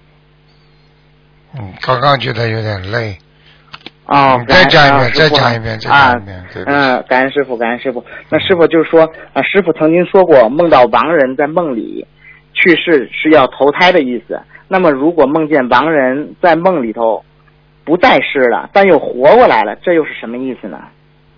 嗯，刚刚觉得有点累。 哦， 再讲一遍，再讲一遍，再讲一遍。 嗯，感恩师傅，感恩师傅。那师傅就是说，啊，师傅曾经说过，梦到亡人在梦里去世是要投胎的意思。那么，如果梦见亡人在梦里头不在世了，但又活过来了，这又是什么意思呢？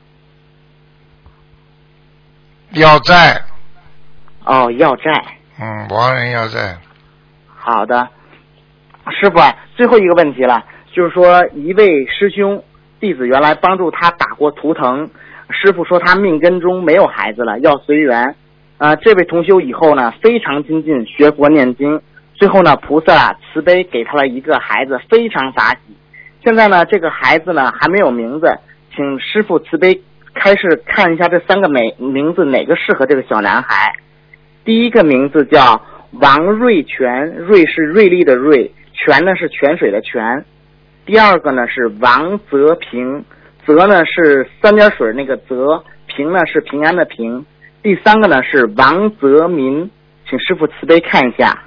要债。 哦，要债。 嗯，亡人要债。 好的，师傅啊，最后一个问题了。就是说，一位师兄弟子原来帮助他打过图腾，师傅说他命根中没有孩子了，要随缘。啊、呃，这位同修以后呢非常精进学佛念经，最后呢菩萨慈悲给他了一个孩子，非常法喜。现在呢这个孩子呢还没有名字，请师傅慈悲开始看一下这三个美名字哪个适合这个小男孩。第一个名字叫王瑞全，瑞是瑞丽的瑞，泉呢是泉水的泉。第二个呢是王泽平，泽呢是三点水那个泽，平呢是平安的平。第三个呢是王泽民，请师父慈悲看一下。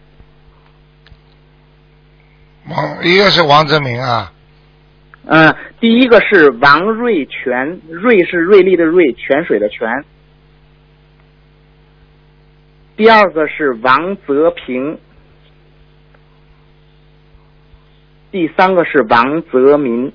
王一个是王泽民啊。 嗯，第一个是王瑞全，瑞是瑞丽的瑞，泉水的泉。第二个是王泽平。第三个是王泽民。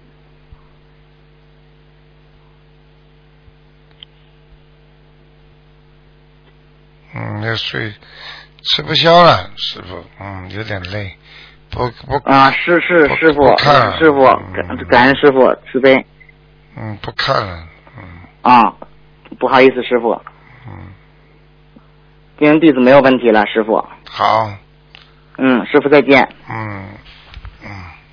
嗯，要睡，吃不消了，师傅，嗯，有点累，不不啊，是是师傅，师傅，感感恩师傅慈悲。 嗯，不看了，嗯。 啊，不好意思，师傅。 嗯。 今天弟子没有问题了，师傅。 好。 嗯，师傅再见。 嗯嗯。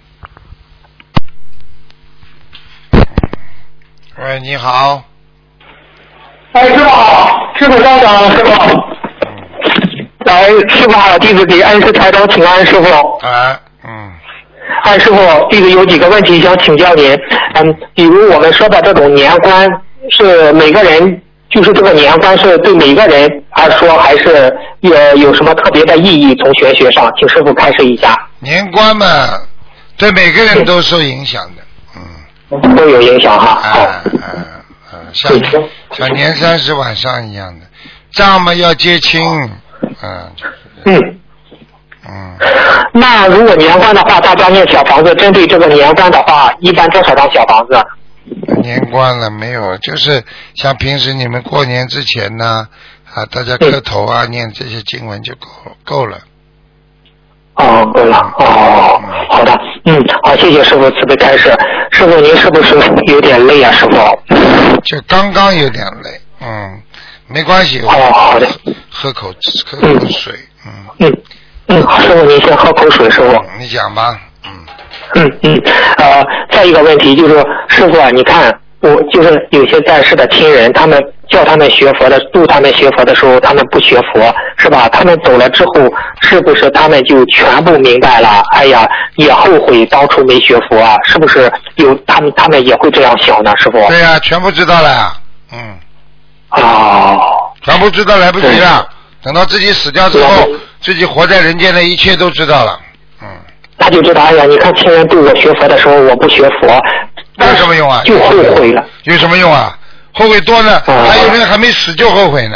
喂，你好。 哎，师傅好，师傅稍等，师傅。来，师傅好，弟子给恩师台长请安，师傅。 哎，嗯。 哎，师傅，弟子有几个问题想请教您。嗯，比如我们说的这种年关，是每个人，就是这个年关是对每个人而说，还是有有什么特别的意义？从玄学上，请师傅开示一下。 年关嘛，对每个人都受影响的， 嗯，都有影响哈。 哎哎哎，像像年三十晚上一样的，账嘛要结清，嗯。 嗯。 嗯， 那如果年关的话，大家念小房子，针对这个年关的话，一般多少张小房子？ 年关了没有？就是像平时你们过年之前呢，啊，大家磕头啊，嗯、念这些经文就够够了。 哦，够了。哦，好的。 嗯，好，谢谢师傅慈悲开示。师傅您是不是有点累啊？师傅？ 就刚刚有点累，嗯，没关系。 哦，好的。 喝口喝口水，嗯。 嗯嗯，好，师傅您先喝口水，师傅。 你讲吧，嗯。 嗯嗯，呃，再一个问题就是，师傅啊，你看。我就是有些在世的亲人，他们叫他们学佛的，度他们学佛的时候，他们不学佛，是吧？他们走了之后，是不是他们就全部明白了？哎呀，也后悔当初没学佛啊？是不是有他们他们也会这样想呢？师傅？ 对呀、啊，全部知道了，嗯。 哦。 全部知道来不及了，等到自己死掉之后，自己活在人间的一切都知道了，嗯。 他就知道，哎呀，你看亲人度我学佛的时候，我不学佛。 有什么用啊？ 就后悔了。 有什么用啊？后悔多呢，啊、还有人还没死就后悔呢。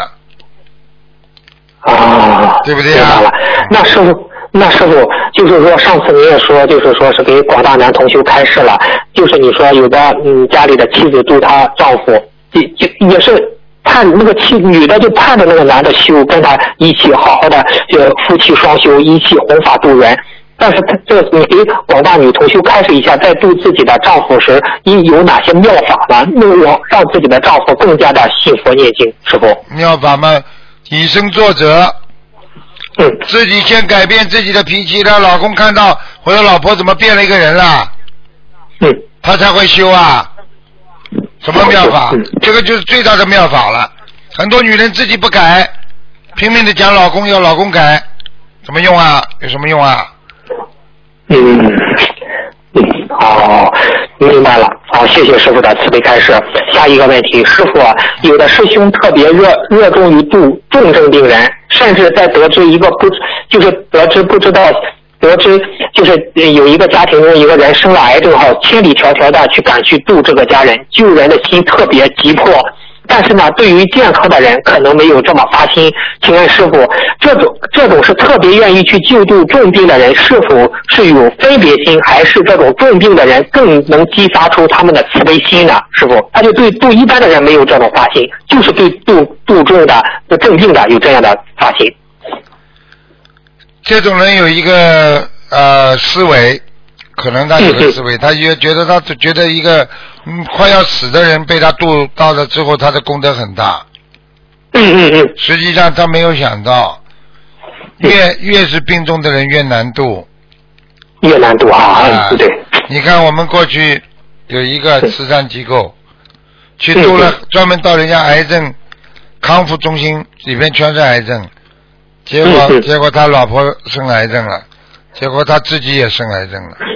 啊， 对不对啊？ 那师傅，那师傅就是说，上次你也说，就是说是给广大男同修开示了，就是你说有的嗯家里的妻子度她丈夫，也也也是盼那个妻女的就盼着那个男的修，跟他一起好好的呃夫妻双修，一起弘法度人。但是他这你给广大女同修开示一下，在度自己的丈夫时，应有哪些妙法呢？能让让自己的丈夫更加的信佛念经，师傅？ 妙法嘛，以身作则。 嗯。 自己先改变自己的脾气，让老公看到我的老婆怎么变了一个人了。 嗯。 他才会修啊。什么妙法？ 嗯、 这个就是最大的妙法了。很多女人自己不改，拼命的讲老公要老公改，怎么用啊？有什么用啊？ 嗯嗯，哦，明白了。好，谢谢师傅的慈悲开示。下一个问题，师傅，有的师兄特别热热衷于度重症病人，甚至在得知一个不就是得知不知道得知就是有一个家庭中一个人生了癌症后，千里迢迢的去赶去度这个家人，救人的心特别急迫。但是呢，对于健康的人可能没有这么发心。请问师傅，这种这种是特别愿意去救度重病的人，是否是有分别心，还是这种重病的人更能激发出他们的慈悲心呢？师傅，他就对度一般的人没有这种发心，就是对度度重的、重病的有这样的发心。 这种人有一个呃思维。可能他有个思维，他也觉得他觉得一个嗯快要死的人被他度到了之后，他的功德很大。 嗯嗯嗯。 实际上他没有想到，越越是病重的人越难度。 越难度啊！啊对。 你看我们过去有一个慈善机构，去度了专门到人家癌症康复中心里面全是癌症，结果结果他老婆生癌症了，结果他自己也生癌症了。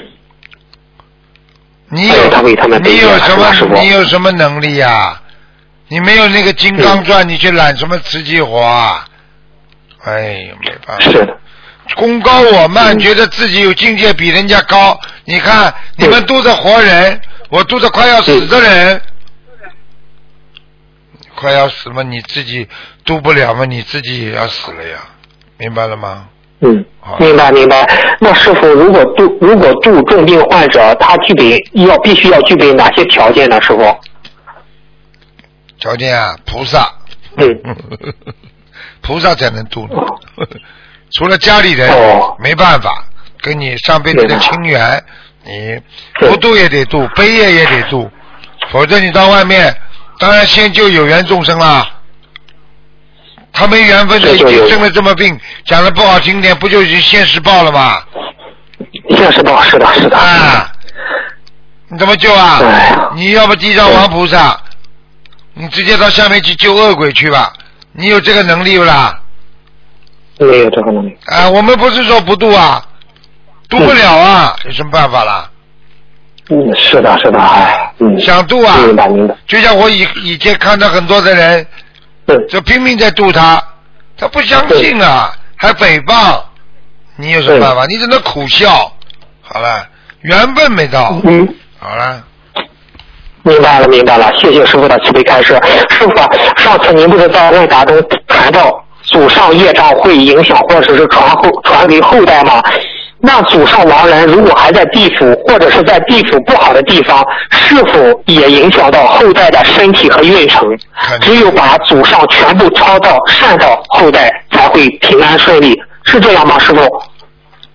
你有你有什么你有什么能力呀、啊？你没有那个金刚钻，你去揽什么瓷器活啊？哎呀，没办法。 是的。 功高我慢，嗯、觉得自己有境界比人家高。你看，你们度着活人，嗯、我度着快要死的人，嗯、快要死嘛，你自己度不了嘛，你自己也要死了呀，明白了吗？ 嗯，明白明白。那师傅，如果度如果度重病患者，他具备要必须要具备哪些条件呢？师傅？ 条件啊，菩萨。 嗯。 菩萨才能度。除了家里人、哦、没办法，跟你上辈子的亲缘，你不度也得度，悲业也得度，否则你到外面，当然先救有缘众生啦。他没缘分的，已经生了这么病，讲的不好听点，不就已经现世报了吗？ 现世报，是的，是的。 啊，你怎么救啊？ 哎、 你要不地藏王菩萨，你直接到下面去救恶鬼去吧，你有这个能力不啦？ 没有这个能力。 啊，我们不是说不度啊，度不了啊，嗯、有什么办法啦？ 嗯，是的，是的，哎，嗯， 想度啊， 明白明白。 就像我以以前看到很多的人。就拼命在度他，他不相信啊，还诽谤，你有什么办法？你只能苦笑。好了，缘分没到。 嗯， 好了。 明白了，明白了，谢谢师傅的慈悲开示。师傅，上次您不是在问答中谈到祖上业障会影响或者是传后传给后代吗？那祖上亡人如果还在地府或者是在地府不好的地方，是否也影响到后代的身体和运程？只有把祖上全部抄到善到后代，才会平安顺利，是这样吗，师傅？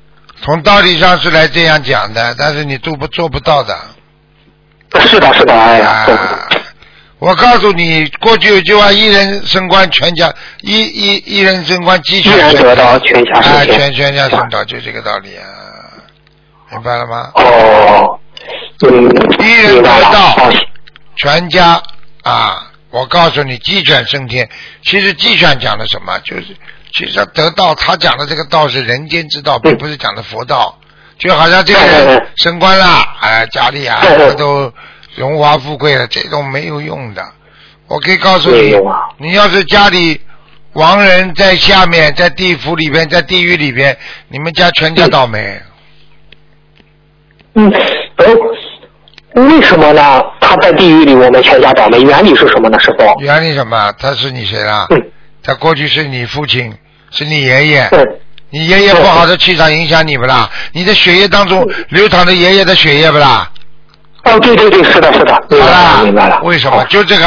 从道理上是来这样讲的，但是你做不做不到的。 是的，是的，哎呀。 啊我告诉你，过去有句话，一人升官，全家一一一人升官，鸡犬一人得道，全家升啊， 天。 全全家升道，就这个道理啊，明白了吗？ 哦，嗯， 一人得道， 哦、 全家啊，我告诉你，鸡犬升天。其实鸡犬讲的什么？就是其实得道，他讲的这个道是人间之道，并不是讲的佛道。就好像这个人升官了，哎，家里啊什么都荣华富贵了，这种没有用的。我可以告诉你，你要是家里亡人在下面，在地府里边，在地狱里边，你们家全家倒霉。 嗯，呃，为什么呢？他在地狱里，我们全家倒霉，原理是什么呢？师傅？ 原理什么？他是你谁啦？ 嗯， 他过去是你父亲，是你爷爷。 嗯。 你爷爷不好的气场影响你不啦？你的血液当中流淌的爷爷的血液不啦？ 哦，对对对，是的，是的，明白了，明白了。 为什么？就这个。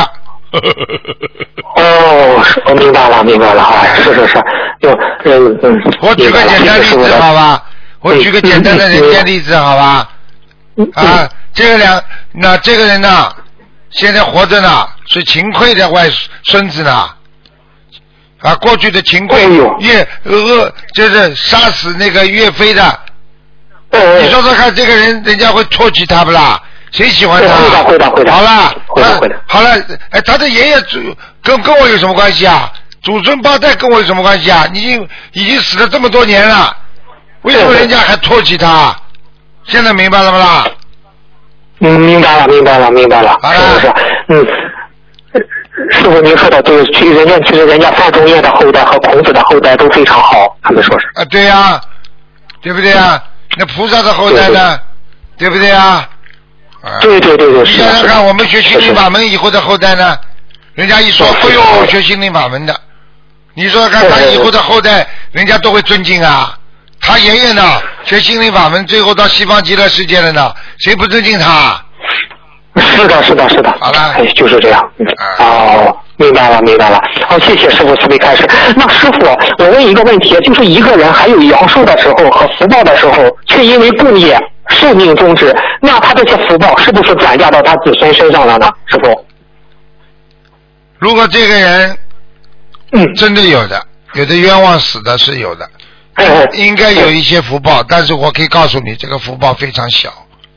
哦，我明白了，明白了，哎，是是是，就嗯嗯。 我举个简单例子，好吧？我举个简单的人间例子，好吧？啊，这个两，那这个人呢，现在活着呢，是秦桧的外孙子呢。啊，过去的秦桧岳呃，就是杀死那个岳飞的。你说说看，这个人人家会唾弃他不啦？谁喜欢他？ 会的，会的，会的。 好了， 会的，会的。 好了，哎，他的爷爷祖跟跟我有什么关系啊？祖孙八代跟我有什么关系啊？你已经已经死了这么多年了，为什么人家还唾弃他？现在明白了不啦？ 嗯，明白了，明白了，明白了。 好了， 是嗯。师傅，您说的对，其实人家其实人家范仲淹的后代和孔子的后代都非常好，他们说是。 啊，对呀、啊，对不对呀、啊？那菩萨的后代呢？对, 对不对呀、啊？ 对对对对，是。 你想想看，我们学心灵法门以后的后代呢？人家一说，哎呦，学心灵法门的，你说看他以后的后代，人家都会尊敬啊。他爷爷呢，学心灵法门，最后到西方极乐世界了呢，谁不尊敬他？ 是的，是的，是的。 好了， 哎，就是这样。哦，明白了，明白了。好，谢谢师傅慈悲开示。那师傅，我问一个问题，就是一个人还有阳寿的时候和福报的时候，却因为共业寿命终止，那他这些福报是不是转嫁到他子孙身上了呢？师傅？ 如果这个人， 嗯， 真的有的，有的冤枉死的是有的， 嗯、 应该有一些福报，但是我可以告诉你，这个福报非常小。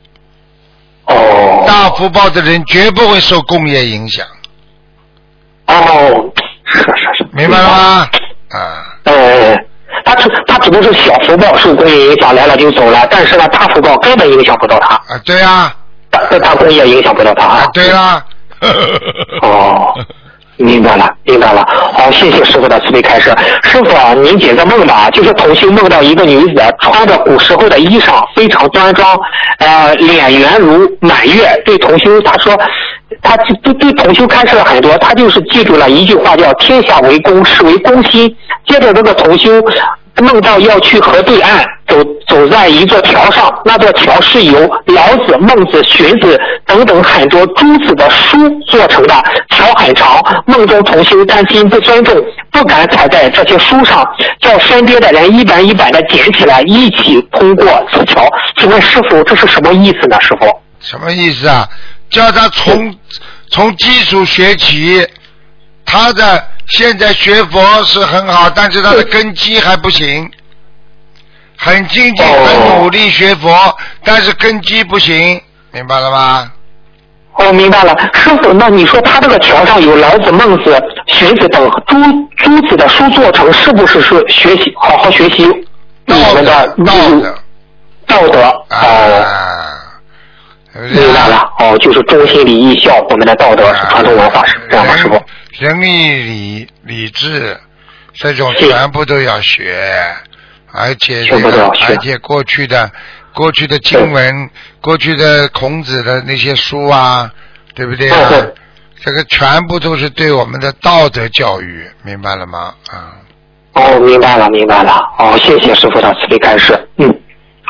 哦， 大福报的人绝不会受共业影响。 哦，是是是， 明白了吗？啊， 呃，他只他只能是小福报受共业影响来了就走了，但是呢，大福报根本影响不到他。 啊，对啊， 大大共业影响不到他。 啊，对啦。 哦。明白了，明白了。好，谢谢师傅的慈悲开示。师傅啊，您解个梦吧，就是同修梦到一个女子穿着古时候的衣裳，非常端庄，呃，脸圆如满月。对同修，他说，他对对同修开示了很多，他就是记住了一句话，叫天下为公，是为公心。接着这个同修梦到要去河对岸，走走在一座桥上，那座桥是由老子、孟子、荀子等等很多诸子的书做成的，桥很长。梦中同修担心不尊重，不敢踩在这些书上，叫身边的人一板一板的捡起来，一起通过此桥。请问师傅，这是什么意思呢？师傅？ 什么意思啊？叫他从从基础学起，他的现在学佛是很好，但是他的根基还不行，很精进，很努力学佛，但是根基不行，明白了吗？ 哦，明白了，师傅，那你说他这个桥上有老子、孟子、荀子等诸诸子的书做成，是不是说学习好好学习我们的道德道德？哦，明白了，哦，就是忠心礼义孝，我们的道德是传统文化是这样吗？师傅？ 仁义礼礼智这种全部都要学，而且这个而且过去的。过去的经文，过去的孔子的那些书啊，对不对啊？这个全部都是对我们的道德教育，明白了吗？啊。 哦，明白了，明白了。哦，谢谢师傅的慈悲开示。嗯，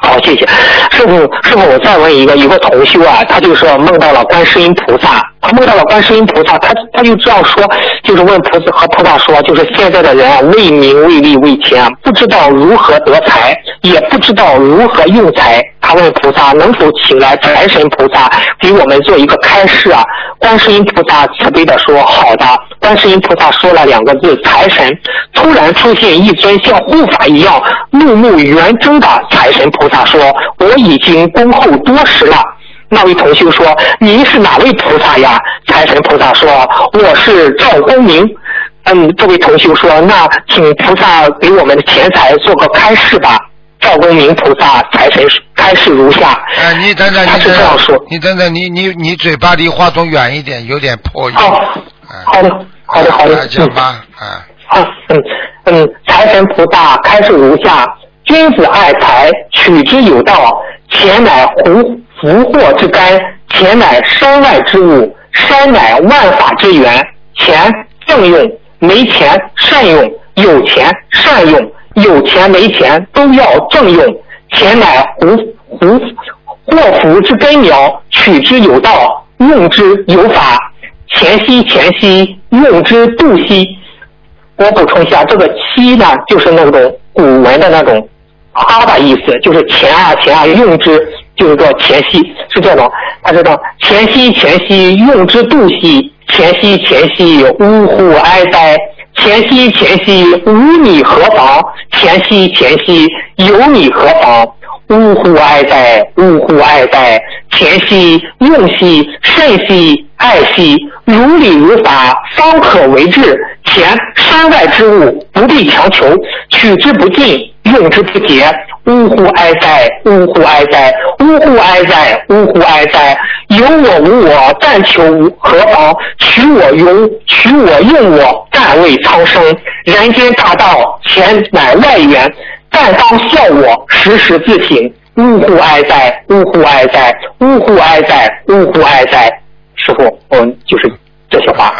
好，谢谢师傅。师傅，我再问一个，有个同修啊，他就说梦到了观世音菩萨，他梦到了观世音菩萨，他他就这样说，就是问菩萨和菩萨说，就是现在的人啊，为名为利为钱，不知道如何得财，也不知道如何用财。他问菩萨能否请来财神菩萨给我们做一个开示啊？观世音菩萨慈悲的说好的。观世音菩萨说了两个字财神，突然出现一尊像护法一样怒目圆睁的财神菩萨说，我已经恭候多时了。那位同修说，您是哪位菩萨呀？财神菩萨说，我是赵公明。嗯，这位同修说，那请菩萨给我们的钱财做个开示吧。赵公明菩萨财神开示如下。 哎，你等等， 他是这样说。 你等等，你你你嘴巴离话筒远一点，有点破音。 好，好的，好的，好的。 讲吧，啊。 啊，嗯嗯，财神菩萨开示如下：君子爱财，取之有道。钱乃福福祸之根，钱乃身外之物，山乃万法之源。钱正用，没钱善用；有钱善用，有钱没钱都要正用。钱乃福福祸福之根苗，取之有道，用之有法。钱息钱息，用之度息。我补充一下，这个息呢，就是那种古文的那种哈的意思，就是钱啊钱啊，用之就是说钱息，是这种。他知道钱息钱息，用之度息，钱息钱息，呜呼哀哉。钱息钱息，无你何妨？钱息钱息，有你何妨？呜呼哀哉，呜呼哀哉。钱息用息，慎息爱惜，如理如法，方可为治。钱山外之物，不必强求，取之不尽，用之不竭。呜呼哀哉，呜呼哀哉，呜呼哀哉，呜呼哀哉。有我无我，但求何妨？取我用，取我用我，但为苍生。人间大道，钱乃外援，但当效我，时时自省。呜呼哀哉，呜呼哀哉，呜呼哀哉，呜呼哀哉。师父，我们就是这些话。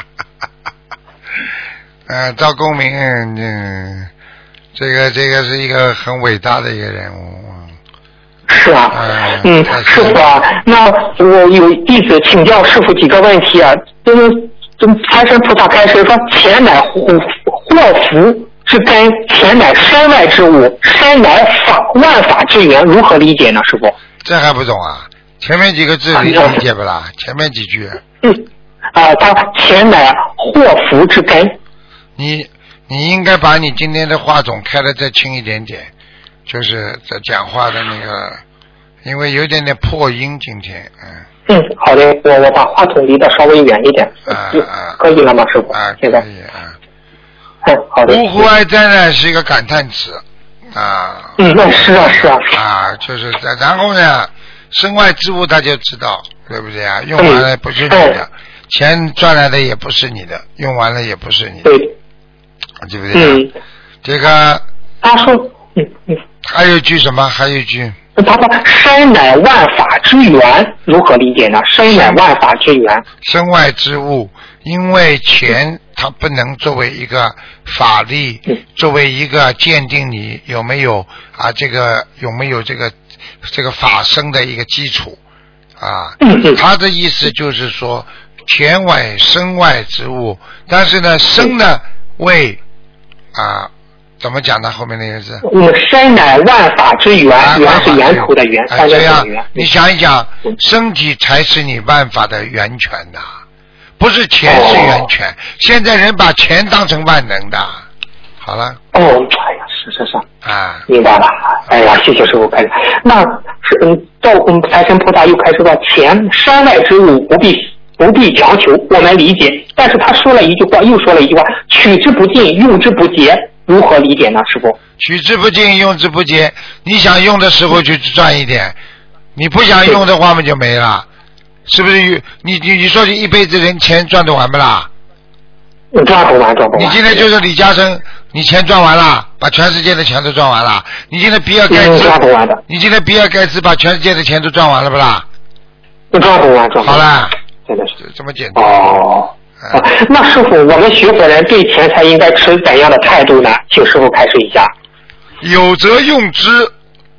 呃，赵公明，嗯，这个这个是一个很伟大的一个人物。 是啊，呃、嗯，师父啊，那我有弟子请教师父几个问题啊。就是财神菩萨开始说，钱乃祸福之根，钱乃山外之物，山乃法万法之源，如何理解呢？师父？ 这还不懂啊？前面几个字你理解不啦？前面几句。 嗯，啊，他钱乃祸福之根。 你你应该把你今天的话筒开得再轻一点点，就是在讲话的那个，因为有点点破音今天， 嗯。嗯，好的，我我把话筒离得稍微远一点， 啊啊， 可以了吗，师傅？ 啊， 现在。 可以啊。 嗯，好的。 呜呼哀哉呢是一个感叹词，啊。 嗯，那是啊是啊。 啊，就是在然后呢，身外之物他就知道，对不对啊？用完了不是你的，嗯、钱赚来的也不是你的，用完了也不是你的。 对。 对不对？嗯，这个他说，嗯嗯， 还有一句什么？还有一句， 他说身乃万法之源，如何理解呢？身乃万法之源， 身外之物，因为钱它不能作为一个法力，嗯、作为一个鉴定你有没有啊这个有没有这个这个法身的一个基础啊。 嗯嗯， 他的意思就是说钱外身外之物，但是呢身呢为啊，怎么讲呢？后面那个字， 嗯，身乃万法之源， 啊、 源是源头的源， 啊、这样，你想一想，身体才是你万法的源泉的，不是钱是源泉。哦、现在人把钱当成万能的，好了。 哦，哎呀，是是是， 啊， 明白了。哎呀，谢谢师傅开始。那是嗯，到嗯财神菩萨又开始说，钱山外之物，不必。不必强求，我们理解。但是他说了一句话，又说了一句话：取之不尽，用之不竭。如何理解呢？师傅？ 取之不尽，用之不竭。你想用的时候就赚一点，你不想用的话嘛就没了，是不是？你你你说你一辈子人钱赚得完不啦？ 赚不完，赚不完。 你今天就是李嘉诚，你钱赚完了，把全世界的钱都赚完了。你今天比尔盖茨， 赚不完的。 你今天比尔盖茨把全世界的钱都赚完了不啦？ 赚不完，赚不完。 好了。 真的是这么简单哦、啊。那师傅，我们学佛人对钱财应该持怎样的态度呢？请师傅开示一下。 有则用之，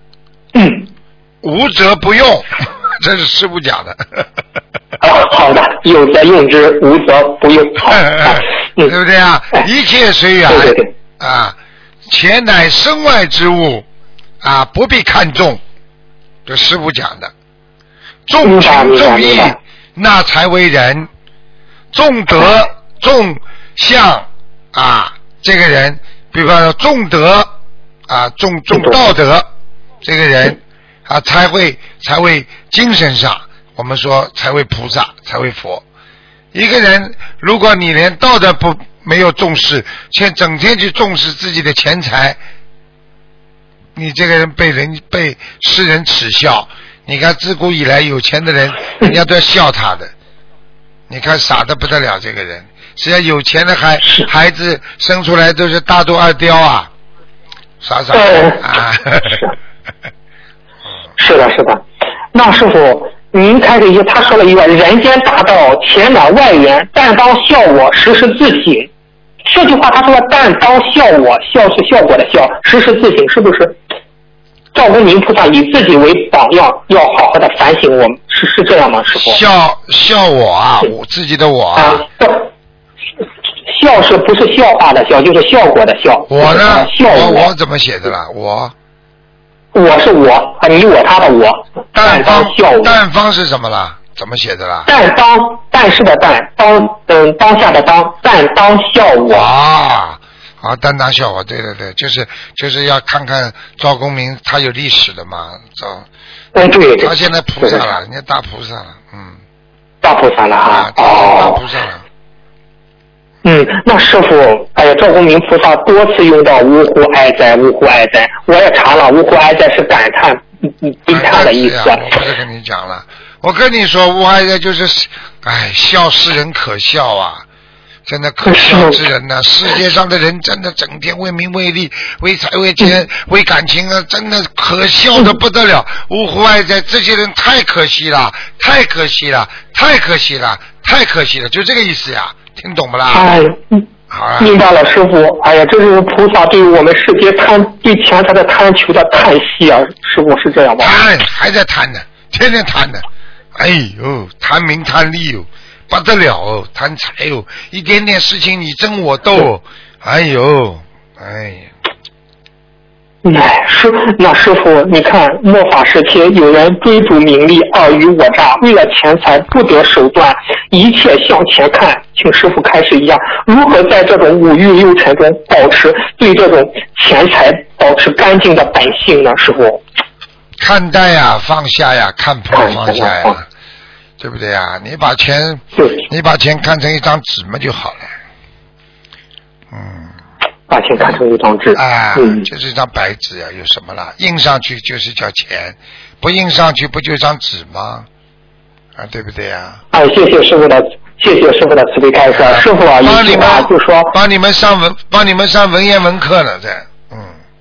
嗯。 无则不用，这是师父讲的。 啊，好的，有则用之，无则不用。好，啊对不对啊？一切随缘。 对对对。 啊，钱乃身外之物，啊，不必看重。这师父讲的，重情重义，那才为人。重德重相啊，这个人，比方说重德啊，重重道德，这个人啊，才会才会精神上，我们说才会菩萨，才会佛。一个人，如果你连道德不没有重视，却整天去重视自己的钱财，你这个人被人被世人耻笑。你看自古以来有钱的人，人家都要笑他的。你看傻得不得了，这个人，实际上有钱的孩孩子生出来都是大肚二雕啊，傻傻的啊。 是的，是的。那师傅，您开始一他说了一个人间大道，钱乃外援，但当效我，实施自省。这句话他说但当效我，效是效果的效，实施自省，是不是赵公明菩萨以自己为榜样，要好好的反省我们，是是这样吗？师傅？ 笑笑我啊，我自己的我啊。 啊笑是不是笑话的笑，就是效果的效。 我呢？ 笑我我怎么写的了？我我是我啊，你我他的我。 但方笑我。 但方是什么了？怎么写的啦？ 但当但是的但当嗯当下的当但当笑我。 啊啊，但当笑我，对对对，就是就是要看看赵公明，他有历史的嘛，赵。 嗯，对对。 他现在菩萨了，人家大菩萨了，嗯。 大菩萨了哈。哦。 大菩萨了。 嗯，那师傅，哎呀，赵公明菩萨多次用到呜呼哀哉，呜呼哀哉，我也查了，呜呼哀哉是感叹、悲叹的意思。 我不是跟你讲了，我跟你说，呜呼哀哉就是，哎，笑世人可笑啊，真的可笑之人呐、啊！世界上的人真的整天为名为利、为财为钱、为感情啊，真的可笑的不得了。呜呼哀哉，这些人太可惜了，太可惜了，太可惜了，太可惜了，就这个意思呀。听懂不啦？ 哎，明白了，师傅。哎呀，这就是菩萨对于我们世界贪对钱财的贪求的叹息啊！师傅是这样吗？ 贪还在贪呢，天天贪呢。哎呦，贪名贪利哦，不得了哦，贪财哦，一点点事情你争我斗哦，哎呦，哎呀。 哎，师那师傅，你看末法时期，有人追逐名利，尔虞我诈，为了钱财不择手段，一切向前看。请师傅开始一样，如何在这种五欲六尘中保持对这种钱财保持干净的本性呢？师傅， 看淡呀，放下呀，看破放下呀，对不对呀？你把钱，你把钱看成一张纸嘛就好了。嗯。 把钱看成一张纸， 啊，嗯，就是一张白纸呀，有什么啦？印上去就是叫钱，不印上去不就一张纸吗？啊，对不对呀？ 哎，谢谢师傅的，谢谢师傅的慈悲开示。啊、师傅啊， 帮你们就说帮你们上文，帮你们上文言文课了，这，嗯。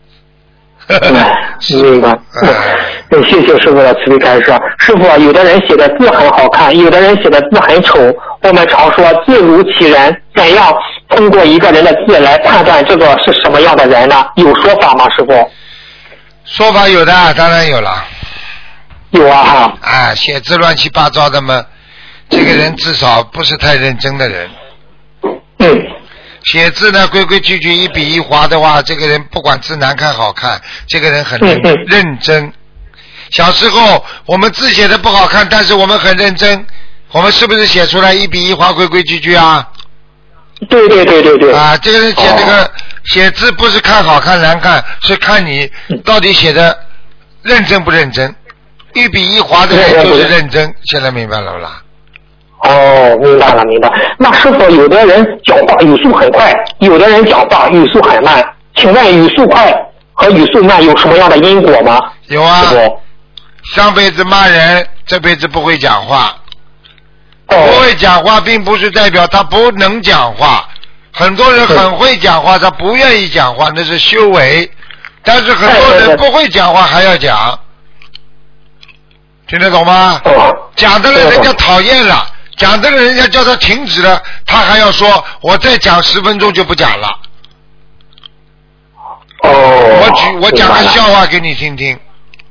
明白。嗯，谢谢师傅的慈悲开示。师傅啊，有的人写的字很好看，有的人写的字很丑。我们常说字如其人，怎样通过一个人的字来判断这个是什么样的人呢？有说法吗，师傅？ 说法有的，当然有了。 有啊哈。 啊，写字乱七八糟的嘛，这个人至少不是太认真的人。 嗯。 写字呢，规规矩矩，一笔一划的话，这个人不管字难看好看，这个人很认认真。小时候我们字写的不好看，但是我们很认真，我们是不是写出来一笔一划规规矩矩啊？ 对对对对对。 啊，这个人写这个、哦、写字不是看好看难看，是看你到底写的认真不认真。一笔一划的人就是认真，现在明白了不啦？ 哦，明白了，明白。那师傅，有的人讲话语速很快，有的人讲话语速很慢，请问语速快和语速慢有什么样的因果吗？ 有啊，上辈子骂人，这辈子不会讲话。哦、不会讲话并不是代表他不能讲话，很多人很会讲话，他不愿意讲话，那是修为。但是很多人不会讲话还要讲，听得懂吗？ 哦、 讲的人人家讨厌了。讲这个人家叫他停止了，他还要说我再讲十分钟就不讲了。 哦。 我举我讲个笑话给你听听。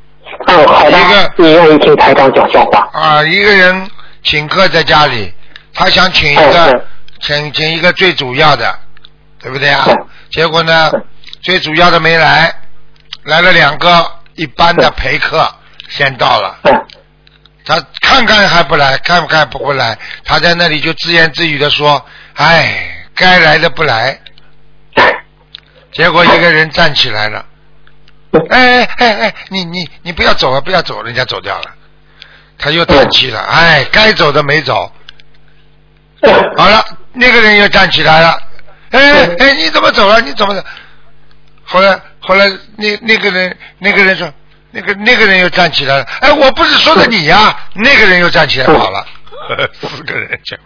嗯，好的。 一个你愿意听台长讲笑话？ 啊，一个人请客在家里，他想请一个，请请一个最主要的，对不对啊？结果呢，最主要的没来，来了两个一般的陪客先到了。他看看还不来，看不看不会来，他在那里就自言自语的说：“哎，该来的不来。”结果一个人站起来了，哎哎哎，你你你不要走了，不要走，人家走掉了。他又叹气了，哎，该走的没走。好了，那个人又站起来了，哎哎，你怎么走了？你怎么走？后来后来那那个人那个人说，那个那个人又站起来了，哎，我不是说的你呀、啊，那个人又站起来跑了，四个人讲。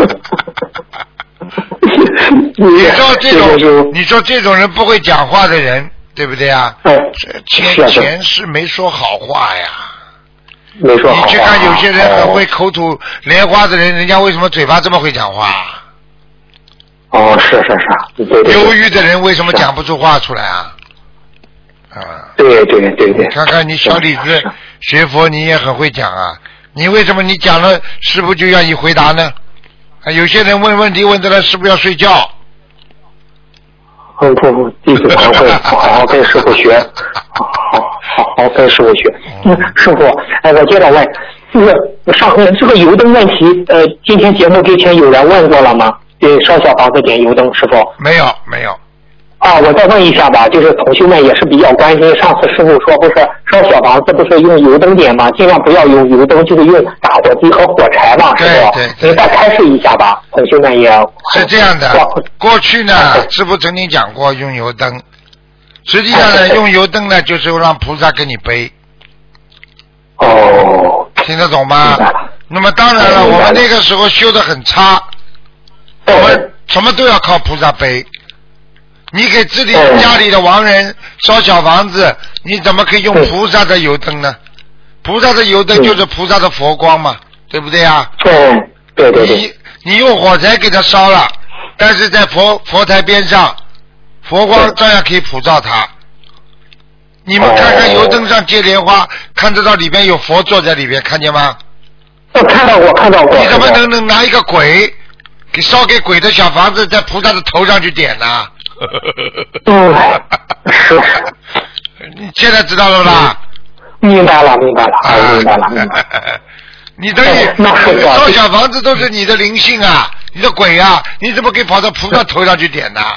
你说这种，你说这种人不会讲话的人，对不对啊？前前世没说好话呀。 没说好话。 你去看有些人很会口吐莲花的人，人家为什么嘴巴这么会讲话？ 哦，是是是，对对。 忧郁的人为什么讲不出话出来啊？啊。 对对对对。 看看你小李子学佛，你也很会讲啊。你为什么你讲了，师父就愿意回答呢？有些人问问题问的了，是不是要睡觉？ 嗯，不不，弟子惭愧，好好跟师傅学，好好好跟师傅学。嗯，师傅，哎，我接着问，这个上回这个油灯问题，呃，今天节目之前有人问过了吗？对，烧小房子点油灯，师傅？ 没有，没有。 啊，我再问一下吧，就是同学们也是比较关心，上次师傅说不是烧小房子不是用油灯点吗？尽量不要用油灯，就是用打火机和火柴嘛，师傅。 对对。 您再开示一下吧，同学们也。 是这样的，过去呢，师傅曾经讲过用油灯，实际上呢，用油灯呢就是让菩萨给你背。 哦。 听得懂吗？那么当然了，我们那个时候修得很差，我们什么都要靠菩萨背。你给自己家里的亡人烧小房子，你怎么可以用菩萨的油灯呢？菩萨的油灯就是菩萨的佛光嘛，对不对啊？ 对对对对。 你你用火柴给它烧了，但是在佛佛台边上，佛光照样可以普照它。你们看看油灯上接莲花，看得到里边有佛坐在里边，看见吗？ 我看到过，看到过。 你怎么能能拿一个鬼给烧给鬼的小房子在菩萨的头上去点呢？ 嗯，是。 你现在知道了吧？ 明白了，明白了，啊、明白了，明白了。 你等于烧小房子都是你的灵性啊，你的鬼啊，你怎么可以跑到菩萨头上去点呢？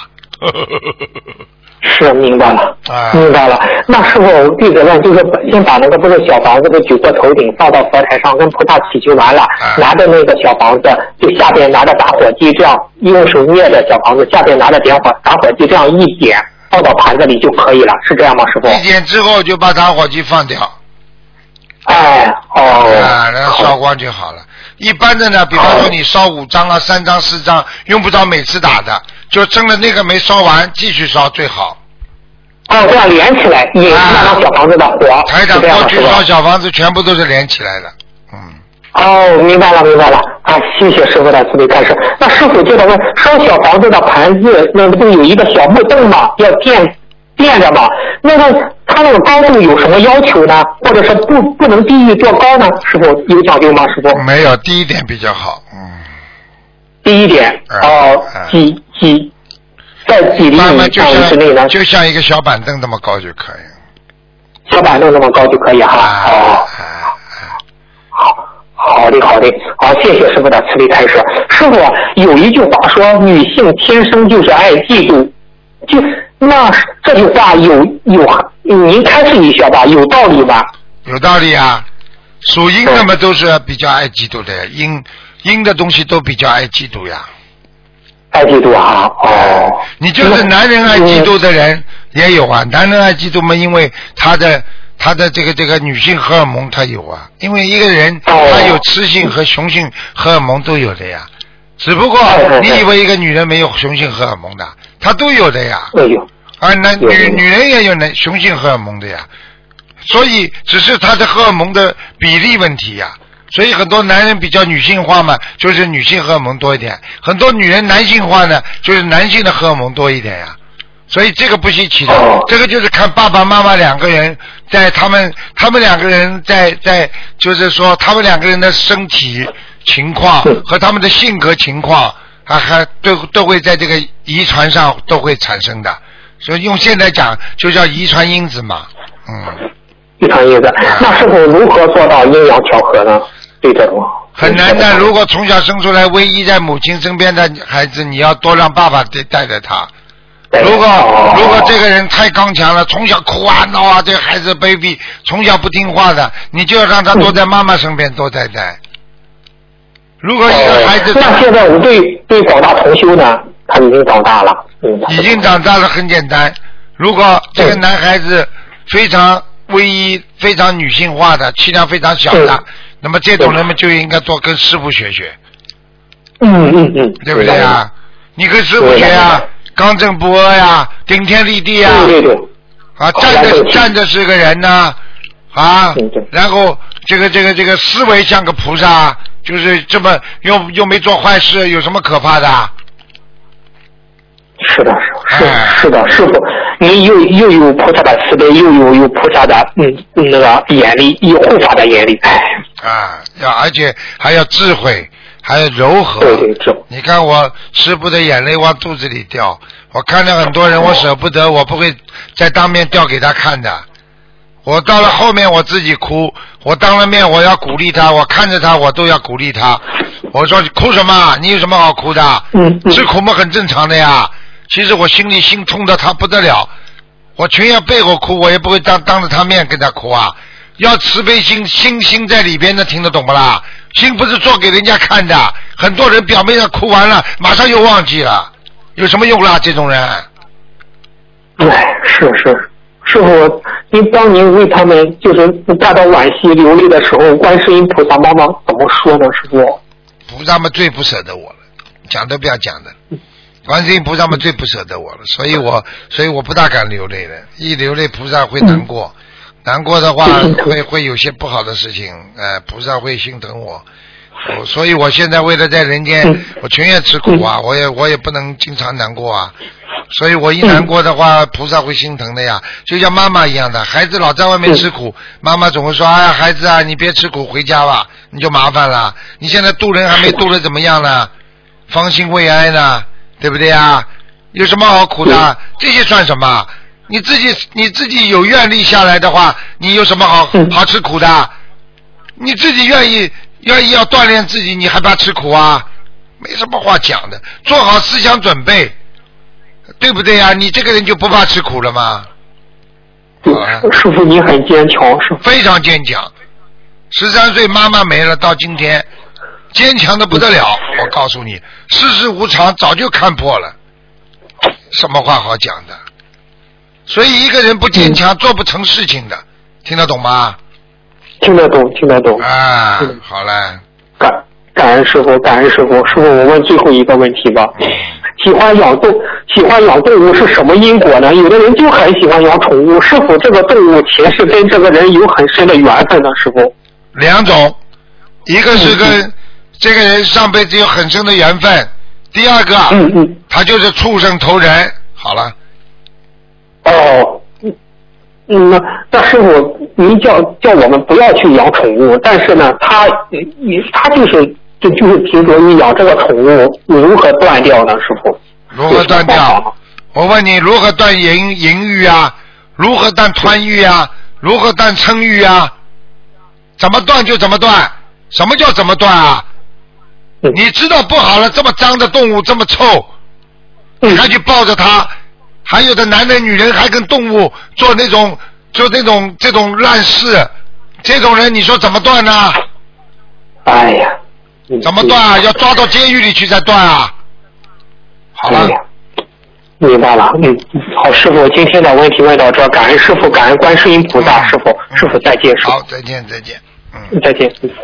是明白了，啊、明白了。那师傅弟子问，就是先把那个不是小房子的举过头顶，放到佛台上，跟菩萨祈求完了，啊、拿着那个小房子，就下边拿着打火机，这样用手捏着小房子，下边拿着点火打火机，这样一点，放到盘子里就可以了，是这样吗，师傅？ 一点之后就把打火机放掉。 哎，哦。 啊，然后烧光就好了。一般的呢，比方说你烧五张啊、三张、四张，用不着每次打的，就争了那个没烧完，继续烧最好。 哦，这样连起来，引那张小房子的火。 台长过去烧小房子全部都是连起来的。嗯。 哦，明白了，明白了。啊，谢谢师傅的慈悲开示。那师傅接着问，烧小房子的盘子那不有一个小木凳吗？要垫垫着吗？那个它那个高度有什么要求呢？或者是不不能低于多高呢？师傅有讲究吗？师傅？ 没有，低一点比较好。嗯。 低一点。哦、呃，几几。在几厘米范围之内呢？ 就像一个小板凳那么高就可以。 小板凳那么高就可以哈。啊、哦。好，好的，好的，好，谢谢师傅的慈悲开示。师傅有一句话说，女性天生就是爱嫉妒，就那这句话有有您开示一下吧，有道理吧？ 有道理啊，属阴的嘛都是比较爱嫉妒的，阴阴的东西都比较爱嫉妒呀。 爱嫉妒啊！哦， 你就是男人爱嫉妒的人也有啊。男人爱嫉妒嘛，因为他的他的这个这个女性荷尔蒙他有啊。因为一个人他有雌性和雄性荷尔蒙都有的呀。只不过你以为一个女人没有雄性荷尔蒙的，她都有的呀。 有。 啊，男女女人也有男雄性荷尔蒙的呀。所以只是他的荷尔蒙的比例问题呀。所以很多男人比较女性化嘛，就是女性荷尔蒙多一点；很多女人男性化呢，就是男性的荷尔蒙多一点呀。 所以这个不稀奇的，哦、这个就是看爸爸妈妈两个人在他们他们两个人在在就是说他们两个人的身体情况和他们的性格情况，还还都都会在这个遗传上都会产生的，所以用现在讲就叫遗传因子嘛，嗯。 遗传因子，那是否如何做到阴阳调和呢？对这种很难的。如果从小生出来唯一在母亲身边的孩子，你要多让爸爸带着他。如果如果这个人太刚强了，从小哭啊闹啊，这个孩子 baby 从小不听话的，你就要让他多在妈妈身边多带带。如果一个孩子、 呃、那现在我们对对广大同修呢，他已经长大了，嗯， 已经长大了，很简单。如果这个男孩子非常唯一非常女性化的，气量非常小的，嗯、那么这种人们就应该多跟师父学学。 嗯嗯嗯， 对不对啊？你跟师父学啊，刚正不阿呀，顶天立地啊， 对对对， 啊，站着站着是个人呐、啊，啊，然后这个这个这个思维像个菩萨，就是这么又又没做坏事，有什么可怕的？ 是的，是是是的，师傅，你又又有菩萨的慈悲，又有有菩萨的嗯那个眼力，有护法的眼力，哎， 啊，要而且还要智慧，还要柔和。 对对，智慧。 你看我师父的眼泪往肚子里掉，我看到很多人，我舍不得，我不会再当面掉给他看的。我到了后面我自己哭，我当了面我要鼓励他，我看着他我都要鼓励他。我说哭什么？你有什么好哭的？ 嗯嗯， 吃苦嘛很正常的呀。其实我心里心痛的他不得了，我全要背后哭，我也不会当当着他面跟他哭啊。要慈悲心，心心在里边的，听得懂不啦？心不是做给人家看的，很多人表面上哭完了，马上又忘记了，有什么用啦？这种人。 哎，是是，师傅，您当您为他们就是感到惋惜流泪的时候，观世音菩萨妈妈怎么说呢？师傅？ 菩萨们最不舍得我了，讲都不要讲的。观世音菩萨们最不舍得我了，所以我所以我不大敢流泪的，一流泪菩萨会难过，嗯、难过的话会会有些不好的事情，呃，菩萨会心疼我，我所以我现在为了在人间，嗯、我情愿吃苦啊，我也我也不能经常难过啊，所以我一难过的话，菩萨会心疼的呀，就像妈妈一样的，孩子老在外面吃苦，妈妈总会说，哎呀，孩子啊，你别吃苦，回家吧，你就麻烦了，你现在渡人还没渡得怎么样呢，方兴未艾呢。对不对啊？有什么好苦的？这些算什么？你自己你自己有愿力下来的话，你有什么好好吃苦的？你自己愿意愿意要锻炼自己，你还怕吃苦啊？没什么话讲的，做好思想准备，对不对啊？你这个人就不怕吃苦了吗？ 啊、师傅你很坚强，是非常坚强。十三岁妈妈没了，到今天。坚强的不得了，我告诉你，世事无常早就看破了，什么话好讲的？所以一个人不坚强，做不成事情的，听得懂吗？ 听得懂，听得懂。 啊，嗯、好了。 感感恩师傅，感恩师傅。师傅，我问最后一个问题吧。喜欢养动，喜欢养动物是什么因果呢？有的人就很喜欢养宠物，是否这个动物前世跟这个人有很深的缘分呢？师傅？ 两种，一个是跟、嗯这个人上辈子有很深的缘分，第二个， 嗯嗯， 他就是畜生投人，好了。 哦，嗯，那那师傅，您叫叫我们不要去养宠物，但是呢，他他就是就就是执着于养这个宠物，如何断掉呢？师傅？ 如何断掉？我问你，如何断淫淫欲啊？如何断贪欲啊？如何断嗔欲啊？怎么断就怎么断？什么叫怎么断啊？你知道不好了，这么脏的动物这么臭，你还去抱着它，还有的男人女人还跟动物做那种做那种这种烂事，这种人你说怎么断呢？ 哎呀， 怎么断啊？要抓到监狱里去才断啊！好了， 哎、明白了。嗯，好，师傅，今天的问题问到这，感恩师傅，感恩观世音菩萨，嗯、师傅，师傅再见，师傅。 好，再见，再见。 嗯，再见。嗯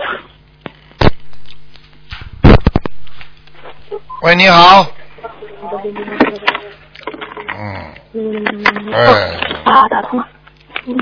喂，你好。嗯。哎。 啊，打通了。嗯。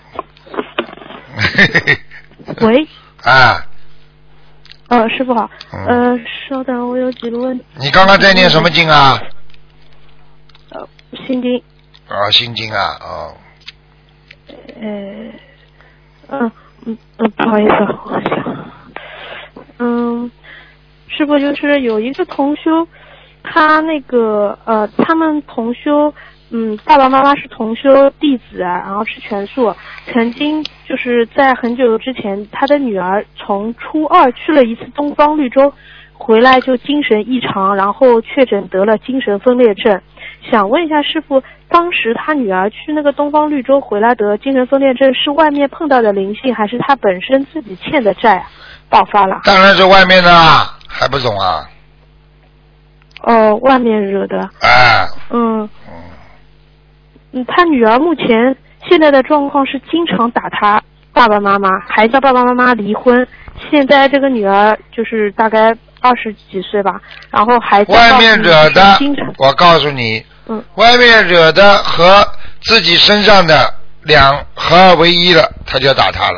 喂。 啊。 呃，师傅好。嗯、呃，稍等，我有几个问题。 你刚刚在念什么经啊？ 呃，心经。 啊，心经啊，哦。 呃，嗯嗯嗯，不好意思，我想，嗯，师傅就是有一个同修，他那个呃，他们同修，嗯，爸爸妈妈是同修弟子啊，然后是全素，曾经就是在很久之前，他的女儿从初二去了一次东方绿洲，回来就精神异常，然后确诊得了精神分裂症。想问一下师傅，当时他女儿去那个东方绿洲回来得精神分裂症，是外面碰到的灵性，还是他本身自己欠的债爆发了？ 当然是外面的，还不懂啊？ 哦，外面惹的。 哎。 嗯。嗯，他女儿目前现在的状况是经常打他爸爸妈妈，还叫爸爸妈妈离婚。现在这个女儿就是大概二十几岁吧，然后还外面惹的，我告诉你， 嗯， 外面惹的和自己身上的两合二为一了，他就要打他了。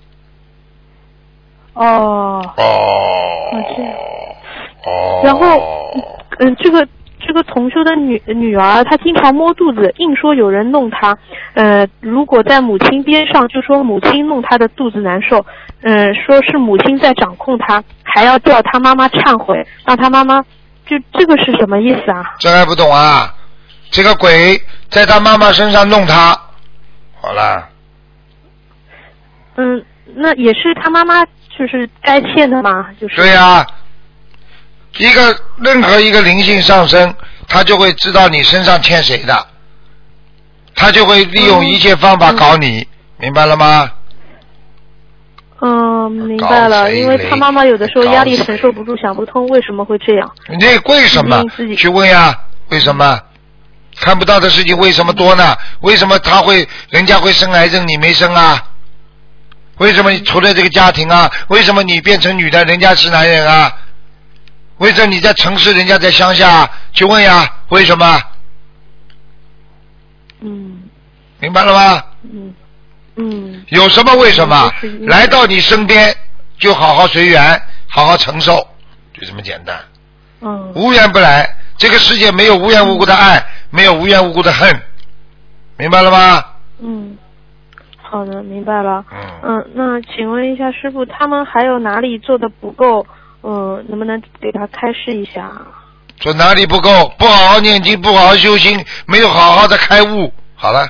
哦。 哦。 这样。 哦。 然后，嗯，这个这个同修的女女儿，她经常摸肚子，硬说有人弄她。呃，如果在母亲边上，就说母亲弄她的肚子难受。嗯、呃，说是母亲在掌控她，还要叫她妈妈忏悔，让她妈妈，就这个是什么意思啊？ 这还不懂啊？这个鬼在他妈妈身上弄他，好了。 嗯，那也是他妈妈就是该欠的吗？就是。 对呀、啊，一个任何一个灵性上升，他就会知道你身上欠谁的，他就会利用一切方法搞你，嗯、明白了吗？ 嗯，明白了。因为他妈妈有的时候压力承受不住，想不通为什么会这样。 那为什么？去问呀，为什么？看不到的事情为什么多呢？为什么他会，人家会生癌症，你没生啊？为什么你除了这个家庭啊？为什么你变成女的，人家是男人啊？为什么你在城市，人家在乡下？去问呀，为什么？ 嗯。 明白了吗？ 嗯。嗯， 有什么为什么？来到你身边就好好随缘，好好承受，就这么简单。 嗯。 无缘不来，这个世界没有无缘无故的爱，没有无缘无故的恨，明白了吗？ 嗯，好的，明白了。 嗯。 嗯，那请问一下师傅，他们还有哪里做的不够？嗯，能不能给他开示一下？ 说哪里不够？不好好念经，不好好修心，没有好好的开悟。好了。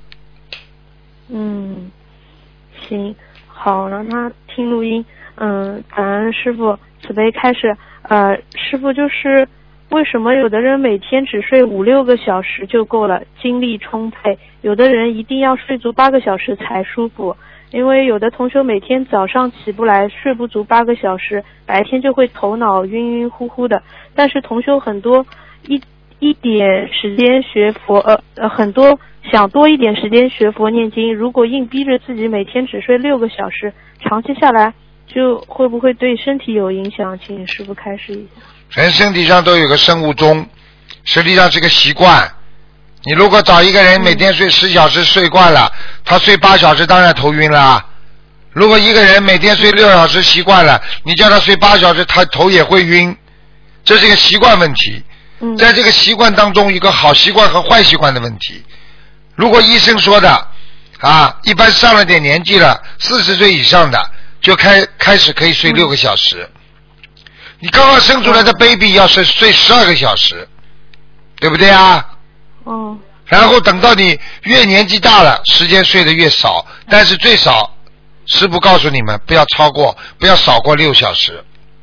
嗯，行，好，让他听录音。嗯，感恩师傅慈悲开示。呃，师傅就是为什么有的人每天只睡五六个小时就够了，精力充沛；有的人一定要睡足八个小时才舒服。因为有的同学每天早上起不来，睡不足八个小时，白天就会头脑晕晕乎乎的。但是同修很多一一点时间学佛，呃呃，很多想多一点时间学佛念经，如果硬逼着自己每天只睡六个小时，长期下来就会不会对身体有影响？请师父开示一下。 人身体上都有个生物钟，实际上是个习惯。你如果找一个人每天睡十小时睡惯了，他睡八小时当然头晕了。如果一个人每天睡六小时习惯了，你叫他睡八小时，他头也会晕，这是一个习惯问题。在这个习惯当中，一个好习惯和坏习惯的问题。如果医生说的啊，一般上了点年纪了，四十岁以上的就开开始可以睡六个小时。你刚刚生出来的 baby 要睡睡十二个小时，对不对啊？ 哦。 然后等到你越年纪大了，时间睡得越少，但是最少，师父告诉你们不要超过，不要少过六小时。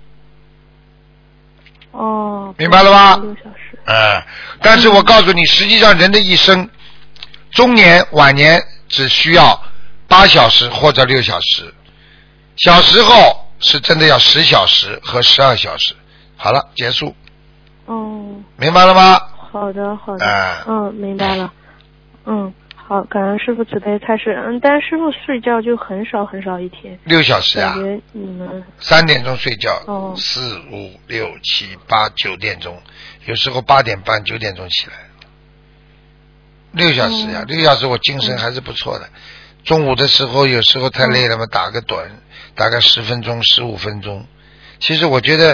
哦。 明白了吗？ 六小时。 嗯，但是我告诉你，实际上人的一生，中年、晚年只需要八小时或者六小时，小时候是真的要十小时和十二小时。好了，结束。 哦。 明白了吗？ 好的，好的。 哎、 嗯，明白了。嗯，好，感恩师父慈悲开始。嗯，但师父睡觉就很少很少一天。 六小时啊？ 感觉你们三点钟睡觉， 哦， 四五六七八九点钟，有时候八点半九点钟起来。六小时呀、啊，六、哦、小时我精神还是不错的。中午的时候有时候太累了嘛，打个盹，打个十分钟、十五分钟。其实我觉得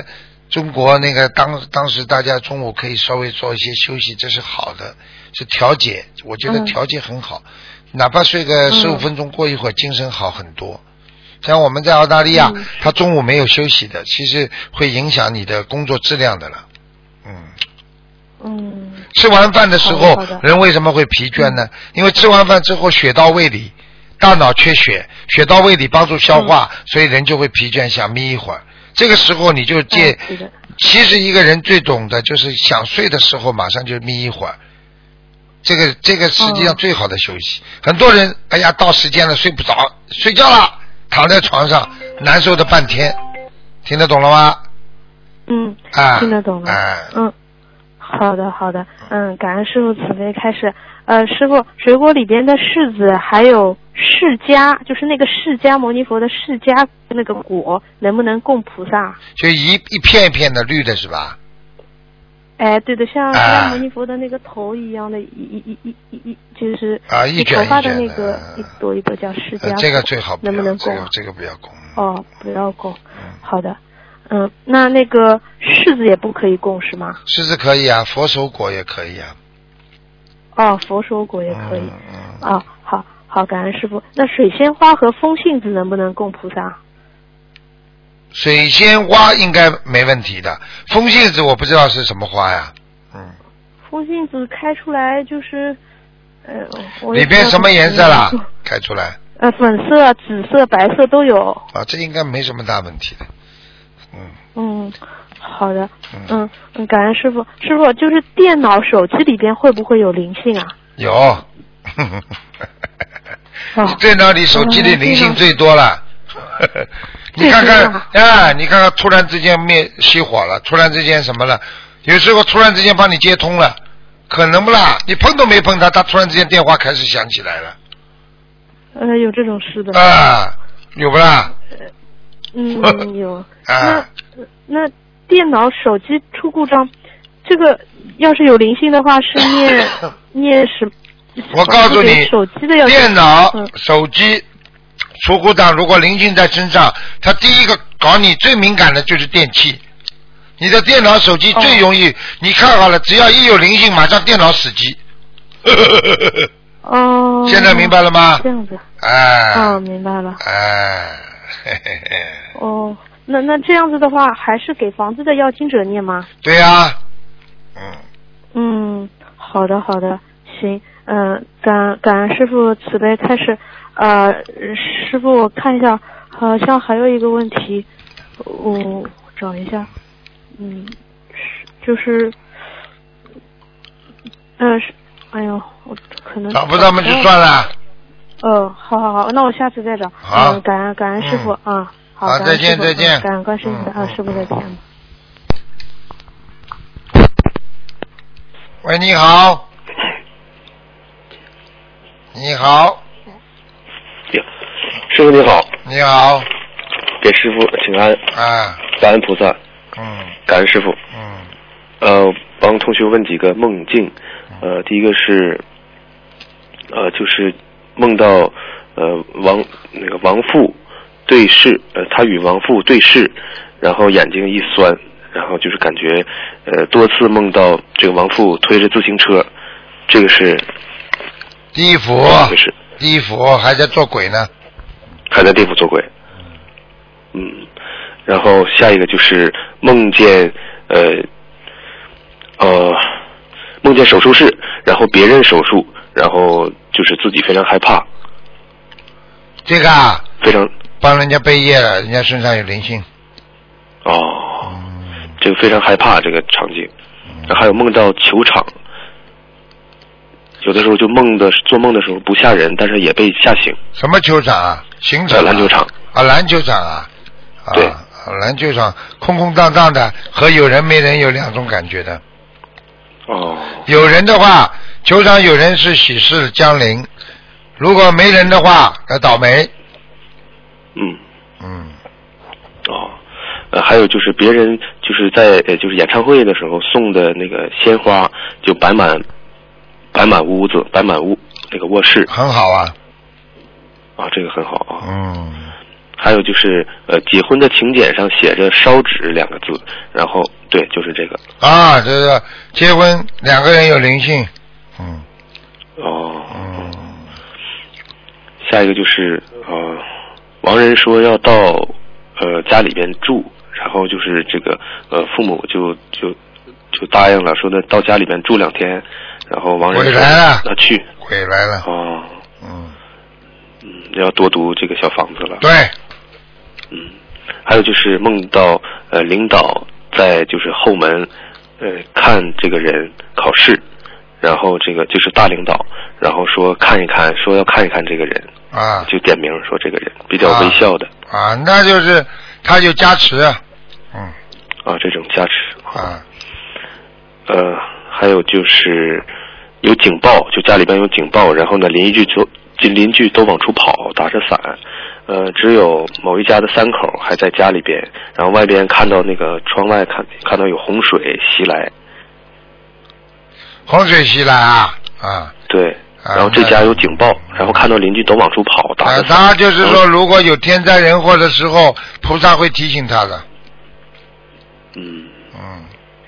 中国那个当当时大家中午可以稍微做一些休息，这是好的，是调节，我觉得调节很好，嗯、哪怕睡个十五分钟，过一会儿精神好很多。像我们在澳大利亚，嗯、他中午没有休息的，其实会影响你的工作质量的了。嗯。 嗯。 吃完饭的时候，人为什么会疲倦呢？因为吃完饭之后血到胃里，大脑缺血，血到胃里帮助消化，嗯、所以人就会疲倦，想眯一会儿。这个时候你就借，嗯、其实一个人最懂的就是想睡的时候马上就眯一会儿。这个这个实际上最好的休息。嗯、很多人哎呀到时间了睡不着，睡觉了，躺在床上难受的半天，听得懂了吗？ 嗯， 啊、 听得懂了。 啊、 嗯。好的，好的，嗯，感恩师父慈悲开示。呃，师父，水果里边的柿子还有释迦，就是那个释迦牟尼佛的释迦那个果，能不能供菩萨？ 就一一片一片的绿的是吧？ 哎，对的，像释迦牟尼佛的那个头一样的，一一一一一，就是啊，一卷头发的那个一朵一朵叫释迦、呃， 这个最好不要， 能不能供？ 这个这个不要供。 哦，不要供。嗯、好的。嗯，那那个柿子也不可以供是吗？ 柿子可以啊，佛手果也可以啊。 哦，佛手果也可以。 嗯嗯。 哦，好好，感恩师父。那水仙花和风信子能不能供菩萨？ 水仙花应该没问题的，风信子我不知道是什么花呀。嗯。 风信子开出来就是，呃，我里边什么颜色啦？开出来。 呃，粉色、紫色、白色都有。 啊，这应该没什么大问题的。嗯嗯，好的，嗯嗯，感恩师傅。师傅，就是电脑、手机里边会不会有灵性啊？ 有，呵呵哦、电脑里、手机里灵性最多了。嗯、你看看啊，你看看，突然之间灭熄火了，突然之间什么了？有时候突然之间帮你接通了，可能不啦？你碰都没碰它，它突然之间电话开始响起来了。 呃，有这种事的啊，有不啦？ 嗯，有。那那电脑、手机出故障，这个要是有灵性的话，是念念什么？ 我告诉你， 手机的要电脑、 嗯、 手机出故障，如果灵性在身上，它第一个搞你最敏感的就是电器。你的电脑、手机最容易，哦、你看好了，只要一有灵性，马上电脑死机。 哦。 现在明白了吗？ 这样子。 哎。 哦，明白了。 哎。嘿嘿嘿。 哦，那那这样子的话，还是给房子的要经者念吗？ 对呀、啊。嗯。 嗯，好的好的，行，嗯、呃，感感恩师父慈悲开示。呃，师父我看一下，好像还有一个问题，我、哦、找一下，嗯，就是，呃，是，哎呦，我可能找不到嘛就算了。 哦，好好好，那我下次再找。 好， 嗯、感恩感恩师父、嗯、啊，好， 好，再见再见， 感恩观世音菩萨啊，师父再见。 喂，你好。你好。 师傅你好。 你好。 给师傅请安。 啊。 感恩菩萨。 嗯。 感恩师傅。 嗯。 呃，帮同学问几个梦境。呃，第一个是，呃，就是梦到呃王那个王父对视，呃，他与王父对视，然后眼睛一酸，然后就是感觉呃多次梦到这个王父推着自行车，这个是地府， 这是地府还在做鬼呢， 还在地府做鬼。嗯，然后下一个就是梦见呃呃梦见手术室，然后别人手术，然后就是自己非常害怕。 这个啊， 非常帮人家背业了，人家身上有灵性。 哦，嗯、这个非常害怕这个场景。嗯、还有梦到球场，有的时候就梦的做梦的时候不吓人，但是也被吓醒。 什么球场啊？行程、啊？ 篮球场。 啊，篮球场啊。啊对。 篮球场空空荡荡的，和有人没人有两种感觉的。 哦。 有人的话，球场有人是喜事将临；如果没人的话，那倒霉。 嗯。 嗯。 哦。呃，还有就是别人就是在呃就是演唱会的时候送的那个鲜花，就摆满摆满屋子，摆满屋那个卧室。 很好啊。 啊，这个很好啊。 嗯。 还有就是呃，结婚的请柬上写着烧纸两个字，然后对，就是这个。 啊，这个结婚两个人有灵性，嗯。 哦。嗯。下一个就是呃，亡人说要到呃家里边住，然后就是这个呃父母就就就答应了，说的到家里边住两天，然后亡人回来了， 那去回来了。 哦。 嗯。 嗯，要多读这个小房子了。 对。 嗯，还有就是梦到呃领导在就是后门呃看这个人考试，然后这个就是大领导，然后说看一看，说要看一看这个人啊， 就点名说这个人比较微笑的啊, 啊，那就是他有加持，嗯， 啊这种加持啊， 呃还有就是有警报，就家里边有警报，然后呢邻居就邻居都往出跑，打着伞。呃，只有某一家的三口还在家里边，然后外边看到那个窗外看看到有洪水袭来， 洪水袭来啊啊！ 对，然后这家有警报，啊、然后看到邻居都往出跑，打着伞。 他就是说，如果有天灾人祸的时候，菩萨会提醒他的。 嗯嗯。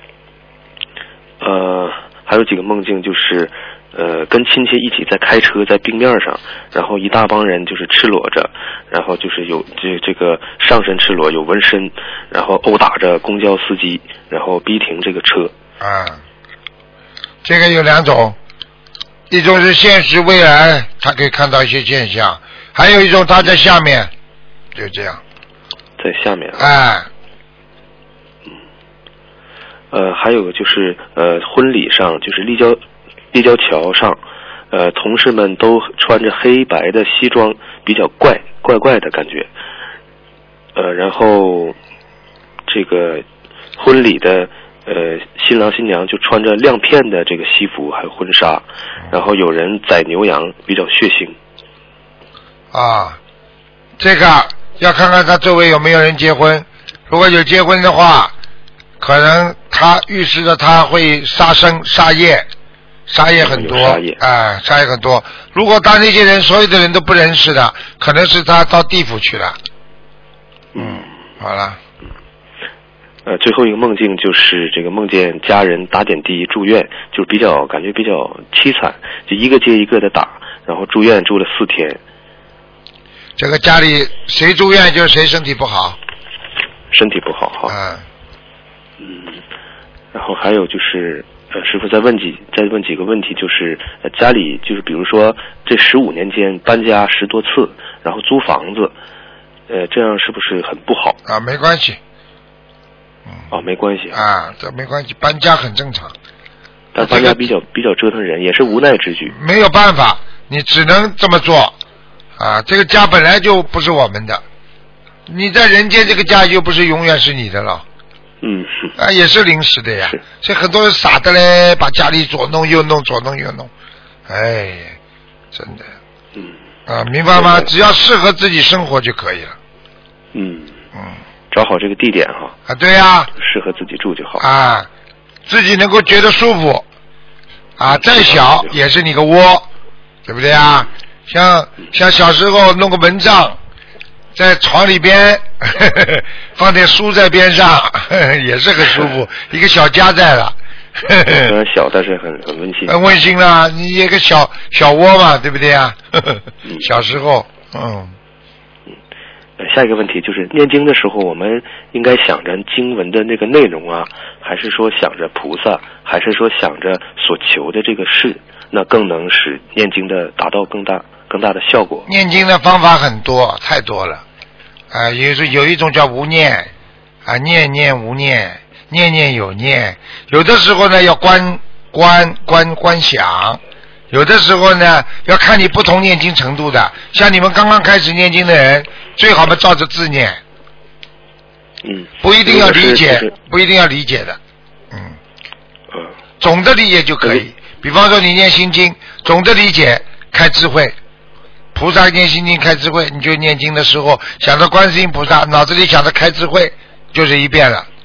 呃，还有几个梦境就是。呃，跟亲戚一起在开车，在冰面上，然后一大帮人就是赤裸着，然后就是有这这个上身赤裸，有纹身，然后殴打着公交司机，然后逼停这个车。 啊，这个有两种，一种是现实未来，他可以看到一些现象，还有一种他在下面，就这样。 在下面。 哎。 嗯。呃，还有就是呃，婚礼上就是立交。立交桥上，呃，同事们都穿着黑白的西装，比较怪怪怪的感觉。呃，然后这个婚礼的呃新郎新娘就穿着亮片的这个西服还有婚纱，然后有人宰牛羊，比较血腥。 啊，这个要看看他周围有没有人结婚，如果有结婚的话，可能他预示着他会杀生杀业。杀业很多，哎，杀业很多。如果他那些人所有的人都不认识的，可能是他到地府去了。嗯，好了。 呃，最后一个梦境就是这个梦见家人打点滴住院，就比较感觉比较凄惨，就一个接一个的打，然后住院住了四天。 这个家里谁住院就是谁身体不好。 身体不好哈。 嗯。 嗯，然后还有就是。呃，师傅再问几再问几个问题，就是呃家里就是比如说这十五年间搬家十多次，然后租房子，呃这样是不是很不好？ 啊，没关系。 嗯。哦，没关系。 啊，这没关系，搬家很正常。 但搬家比较、这个、比较折腾人，也是无奈之举。 没有办法，你只能这么做。啊，这个家本来就不是我们的，你在人间这个家又不是永远是你的了。 嗯， 啊，也是临时的呀。所以很多人傻的嘞，把家里左弄右弄，左弄右弄，哎，真的。 嗯。 啊，明白吗？只要适合自己生活就可以了。 嗯。 嗯。 找好这个地点哈。 啊，对呀、啊。 适合自己住就好。 啊，自己能够觉得舒服。啊，再小也是你个窝，对不对啊？像像小时候弄个蚊帐。在床里边呵呵放点书在边上，呵呵也是很舒服，一个小家在了。 虽然小，但是很很温馨。 很温馨啦，你一个小小窝嘛，对不对啊？呵呵嗯、 小时候，嗯。 嗯。下一个问题就是念经的时候，我们应该想着经文的那个内容啊，还是说想着菩萨，还是说想着所求的这个事，那更能使念经的达到更大。更大的效果。 念经的方法很多，太多了。啊、呃，有时有一种叫无念，啊，念念无念，念念有念。有的时候呢要观观观观想，有的时候呢要看你不同念经程度的。像你们刚刚开始念经的人，最好嘛照着字念。 嗯。 不一定要理解，不一定要理解的。嗯。 嗯。 总的理解就可以。比方说你念心经，总的理解开智慧。菩萨念心经开智慧，你就念经的时候想着观世音菩萨，脑子里想着开智慧，就是一遍了，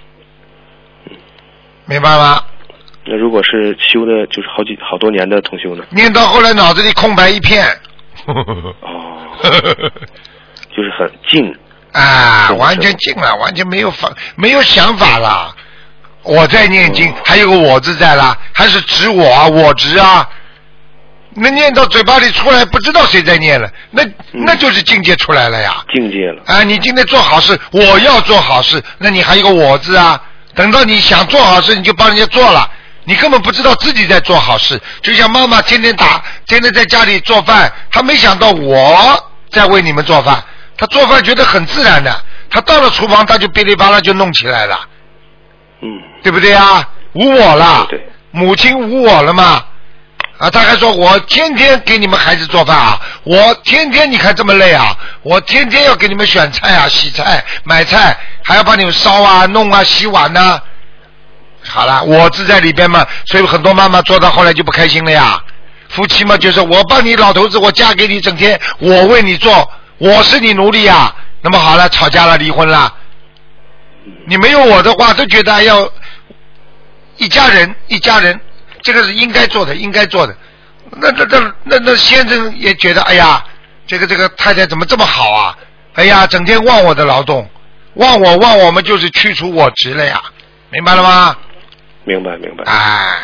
明白吗？ 那如果是修的就是好几好多年的同修呢？ 念到后来脑子里空白一片。 哦。就是很静， 啊，完全静了，完全没有法，没有想法了。我在念经，还有个我字在啦，还是指我啊，我执啊。那念到嘴巴里出来，不知道谁在念了，那、嗯、那就是境界出来了呀。 境界了啊！你今天做好事，我要做好事，那你还有个我字啊。等到你想做好事，你就帮人家做了，你根本不知道自己在做好事。就像妈妈天天打，天天在家里做饭，她没想到我在为你们做饭，她做饭觉得很自然的，她到了厨房，她就噼里啪啦就弄起来了。 嗯， 对不对啊？无我了， 对对， 母亲无我了嘛。啊，他还说我天天给你们孩子做饭啊，我天天你看这么累啊，我天天要给你们选菜啊、洗菜、买菜，还要帮你们烧啊、弄啊、洗碗呐、啊。好了，我字在里边嘛，所以很多妈妈做到后来就不开心了呀。夫妻嘛，就是我帮你老头子，我嫁给你，整天我为你做，我是你奴隶呀。那么好了，吵架了，离婚了。你没有我的话，都觉得要一家人，一家人。这个是应该做的，应该做的。那那那那那先生也觉得，哎呀，这个这个太太怎么这么好啊？哎呀，整天忘我的劳动，忘我忘我们就是去除我执了呀，明白了吗？ 明白明白。 哎，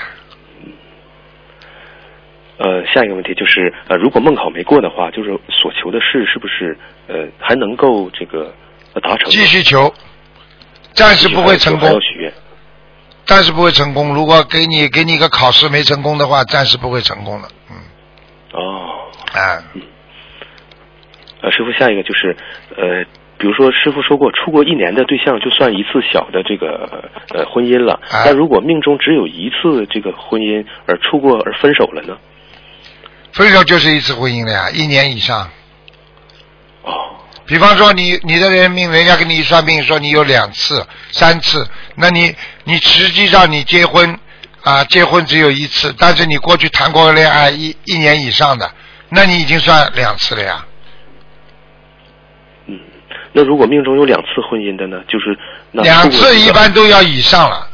呃，下一个问题就是呃，如果梦考没过的话，就是所求的事是不是呃还能够这个呃达成？ 继续求，暂时不会成功。 还要许愿。 暂时不会成功。如果给你给你一个考试没成功的话，暂时不会成功的。嗯。 哦。 啊。 嗯。呃，师傅，下一个就是呃，比如说师傅说过，出国一年的对象就算一次小的这个呃婚姻了。啊。但如果命中只有一次这个婚姻而出过而分手了呢？ 分手就是一次婚姻了呀，一年以上。 哦。 比方说你你的人命，人家给你一算命说你有两次三次，那你你实际上你结婚啊结婚只有一次，但是你过去谈过恋爱一一年以上的，那你已经算两次了呀。 嗯，那如果命中有两次婚姻的呢，就是那两次一般都要以上了。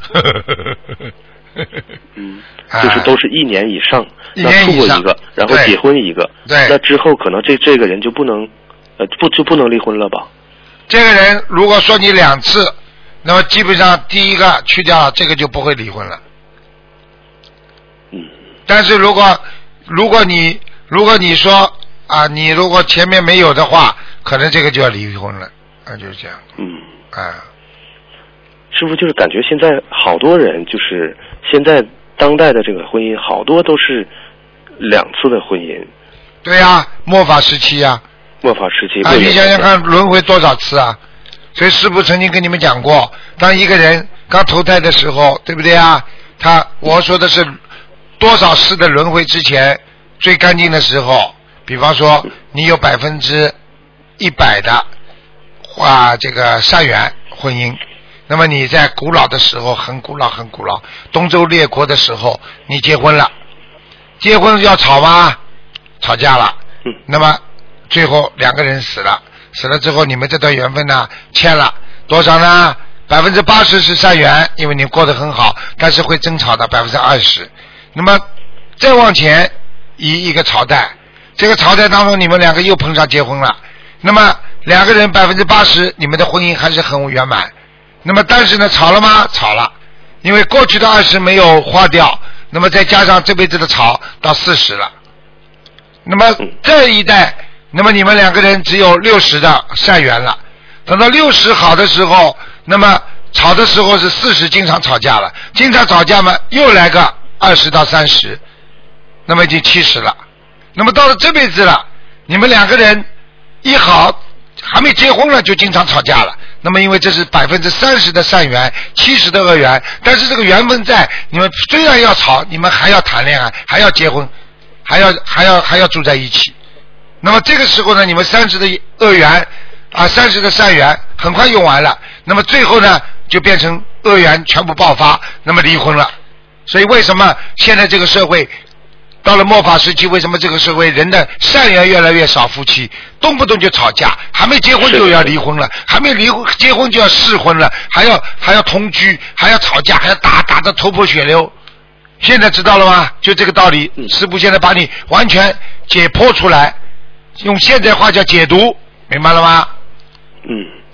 嗯，就是都是一年以上， 一年以上， 那出过一个，然后结婚一个， 对， 那之后可能这这个人就不能。呃，不就不能离婚了吧？ 这个人如果说你两次，那么基本上第一个去掉，这个就不会离婚了。 嗯。 但是如果如果你如果你说啊，你如果前面没有的话，可能这个就要离婚了，啊，就是这样。 嗯。 啊。 师傅，就是感觉现在好多人，就是现在当代的这个婚姻，好多都是两次的婚姻。 对呀、啊，末法时期呀、啊。 末法时期啊，你想想看，轮回多少次啊？所以师父曾经跟你们讲过，当一个人刚投胎的时候，对不对啊？他我说的是多少世的轮回之前最干净的时候，比方说你有百分之一百的啊这个善缘婚姻，那么你在古老的时候，很古老很古老，东周列国的时候，你结婚了，结婚要吵吗？吵架了，那么。最后两个人死了，死了之后你们这段缘分呢欠了多少呢？百分之八十是善缘，因为你过得很好，但是会争吵的百分之二十。那么再往前移一个朝代，这个朝代当中你们两个又碰上结婚了，那么两个人百分之八十，你们的婚姻还是很圆满。那么但是呢，吵了吗？吵了，因为过去的二十没有花掉，那么再加上这辈子的吵到四十了。那么这一代。那么你们两个人只有六十的善缘了，等到六十好的时候，那么吵的时候是四十，经常吵架了，经常吵架嘛，又来个二十到三十，那么已经七十了。那么到了这辈子了，你们两个人一好还没结婚了就经常吵架了。那么因为这是百分之三十的善缘，七十的恶缘，但是这个缘分在，你们虽然要吵，你们还要谈恋爱，还要结婚，还要还要还要住在一起。那么这个时候呢，你们三十的恶缘啊，三十的善缘很快用完了，那么最后呢就变成恶缘全部爆发，那么离婚了。所以为什么现在这个社会到了末法时期，为什么这个社会人的善缘越来越少，夫妻动不动就吵架，还没结婚就要离婚了，还没离婚结婚就要试婚了，还要还要同居，还要吵架，还要打打得头破血流。现在知道了吗？就这个道理，师父现在把你完全解剖出来，用现代话叫解读，明白了吗？ 嗯。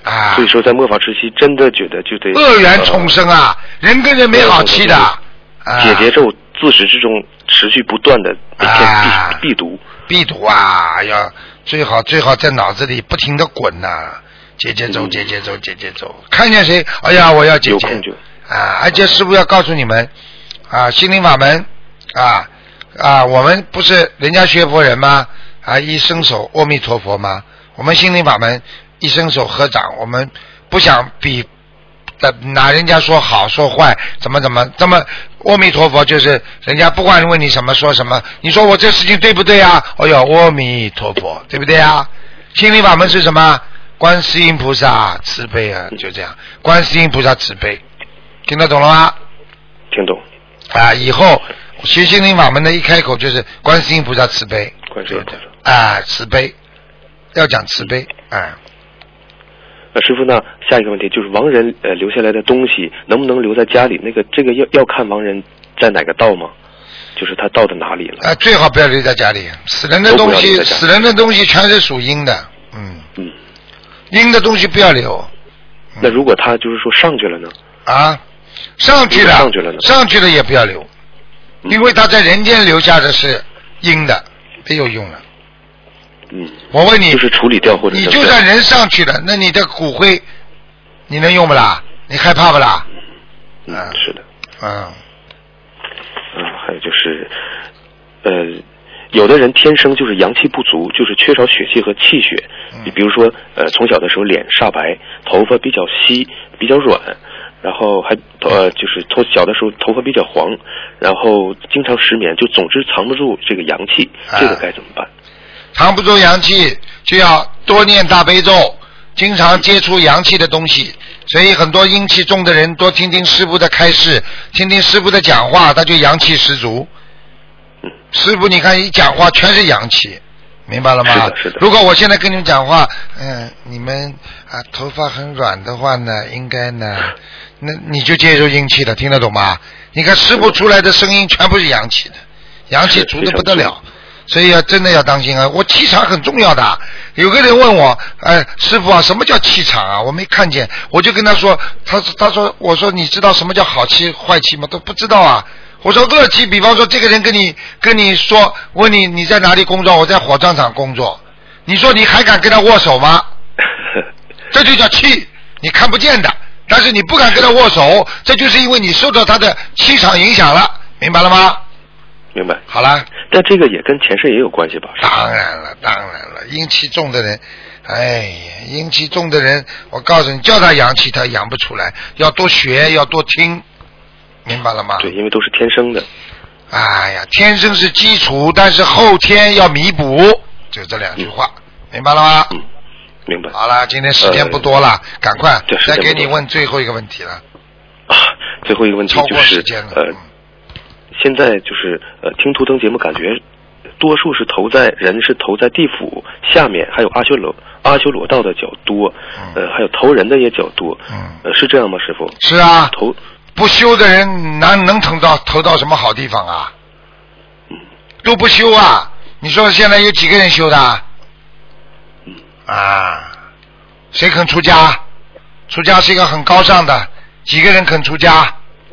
啊， 所以说在末法时期真的觉得就得恶缘重生啊，呃、人跟人没好气的。啊、 解结咒自始至终持续不断的每天必、啊、必读， 必读啊！要最好最好在脑子里不停的滚呐、啊，解结咒，解结咒，解结咒。看见谁，哎呀，我要解结啊！而且师父要告诉你们啊，心灵法门啊啊，我们不是人家学佛人吗？啊，一伸手阿弥陀佛吗？我们心灵法门一伸手合掌，我们不想比。拿人家说好说坏怎么怎么这么阿弥陀佛就是人家不管问你什么说什么，你说我这事情对不对啊？哦哟，阿弥陀佛，对不对啊？心灵法门是什么？观世音菩萨慈悲啊，就这样，观世音菩萨慈悲，听得懂了吗？ 听懂啊！以后学心灵法门的一开口就是观世音菩萨慈悲， 观世音菩萨啊，慈悲，要讲慈悲啊。 呃，师傅呢？下一个问题就是亡人呃留下来的东西能不能留在家里？那个这个要要看亡人在哪个道吗？就是他到的哪里了？ 啊、呃，最好不要留在家里。死人的东西，死人的东西全是属阴的，嗯嗯，阴的东西不要留。 嗯、那如果他就是说上去了呢？ 啊，上去了， 上去了呢？ 上去了也不要留，嗯、因为他在人间留下的是阴的，没有用了。 嗯， 我问你， 就是处理掉或者你就算人上去了，那你的骨灰你能用不啦？你害怕不啦？ 嗯，是的。 嗯。 嗯，还有就是，呃，有的人天生就是阳气不足，就是缺少血气和气血。你、嗯、比如说，呃，从小的时候脸煞白，头发比较稀，比较软，然后还呃，就是从小的时候头发比较黄，然后经常失眠，就总之藏不住这个阳气， 啊、 这个该怎么办？ 藏不住阳气，就要多念大悲咒，经常接触阳气的东西。所以很多阴气重的人多听听师父的开示，听听师父的讲话，他就阳气十足。师父你看一讲话全是阳气，明白了吗？ 是的，是的。 如果我现在跟你们讲话，嗯，你们啊头发很软的话呢，应该呢，那你就接受阴气的，听得懂吗？你看师父出来的声音全部是阳气的，阳气足的不得了。所以要真的要当心啊！我气场很重要的。有个人问我，哎，师父啊，什么叫气场啊？我没看见，我就跟他说，他他说，我说你知道什么叫好气坏气吗？都不知道啊。我说恶气，比方说这个人跟你跟你说，问你你在哪里工作？我在火葬场工作。你说你还敢跟他握手吗？这就叫气，你看不见的，但是你不敢跟他握手，这就是因为你受到他的气场影响了，明白了吗？ 明白。 好了， 但这个也跟前世也有关系吧？ 当然了，当然了，阴气重的人，哎呀，阴气重的人，我告诉你，叫他阳气，他养不出来，要多学，要多听，明白了吗？ 对，因为都是天生的。 哎呀，天生是基础，但是后天要弥补，就这两句话，嗯、明白了吗？ 嗯，明白。 好了，今天时间不多了，呃、赶快再给你问最后一个问题了。 啊，最后一个问题就是， 超过时间了。 呃现在就是呃，听图腾节目，感觉多数是投在人是投在地府下面，还有阿修罗阿修罗道的较多，呃，还有投人的也较多， 嗯， 呃，是这样吗，师傅？ 是啊， 投不修的人哪能投到投到什么好地方啊？ 嗯， 都不修啊！你说现在有几个人修的？ 嗯啊，谁肯出家？出家是一个很高尚的，几个人肯出家？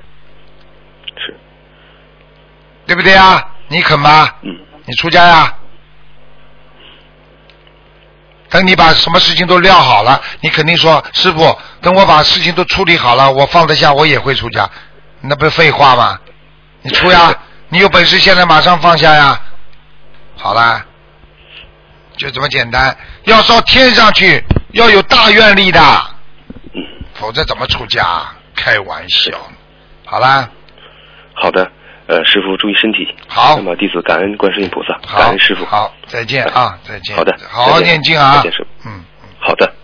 对不对啊？你肯吗？ 嗯。 你出家呀？等你把什么事情都料好了，你肯定说师父，等我把事情都处理好了，我放得下，我也会出家。那不是废话吗？你出呀，你有本事现在马上放下呀。好了，就这么简单。要烧天上去，要有大愿力的，否则怎么出家？开玩笑。好啦。 好的。呃，师父注意身体。 好。 那么弟子感恩观世音菩萨，感恩师父。 好，再见啊，再见。 好的， 好好念经啊。 再见，师父。 嗯， 好的。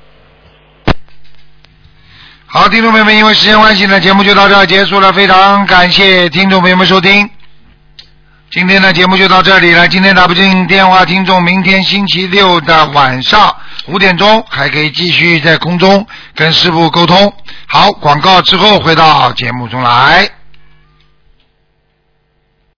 好，听众朋友们，因为时间关系呢，节目就到这儿结束了。非常感谢听众朋友们收听，今天的节目就到这里了。今天打不进电话，听众明天星期六的晚上五点钟还可以继续在空中跟师父沟通。好，广告之后回到节目中来。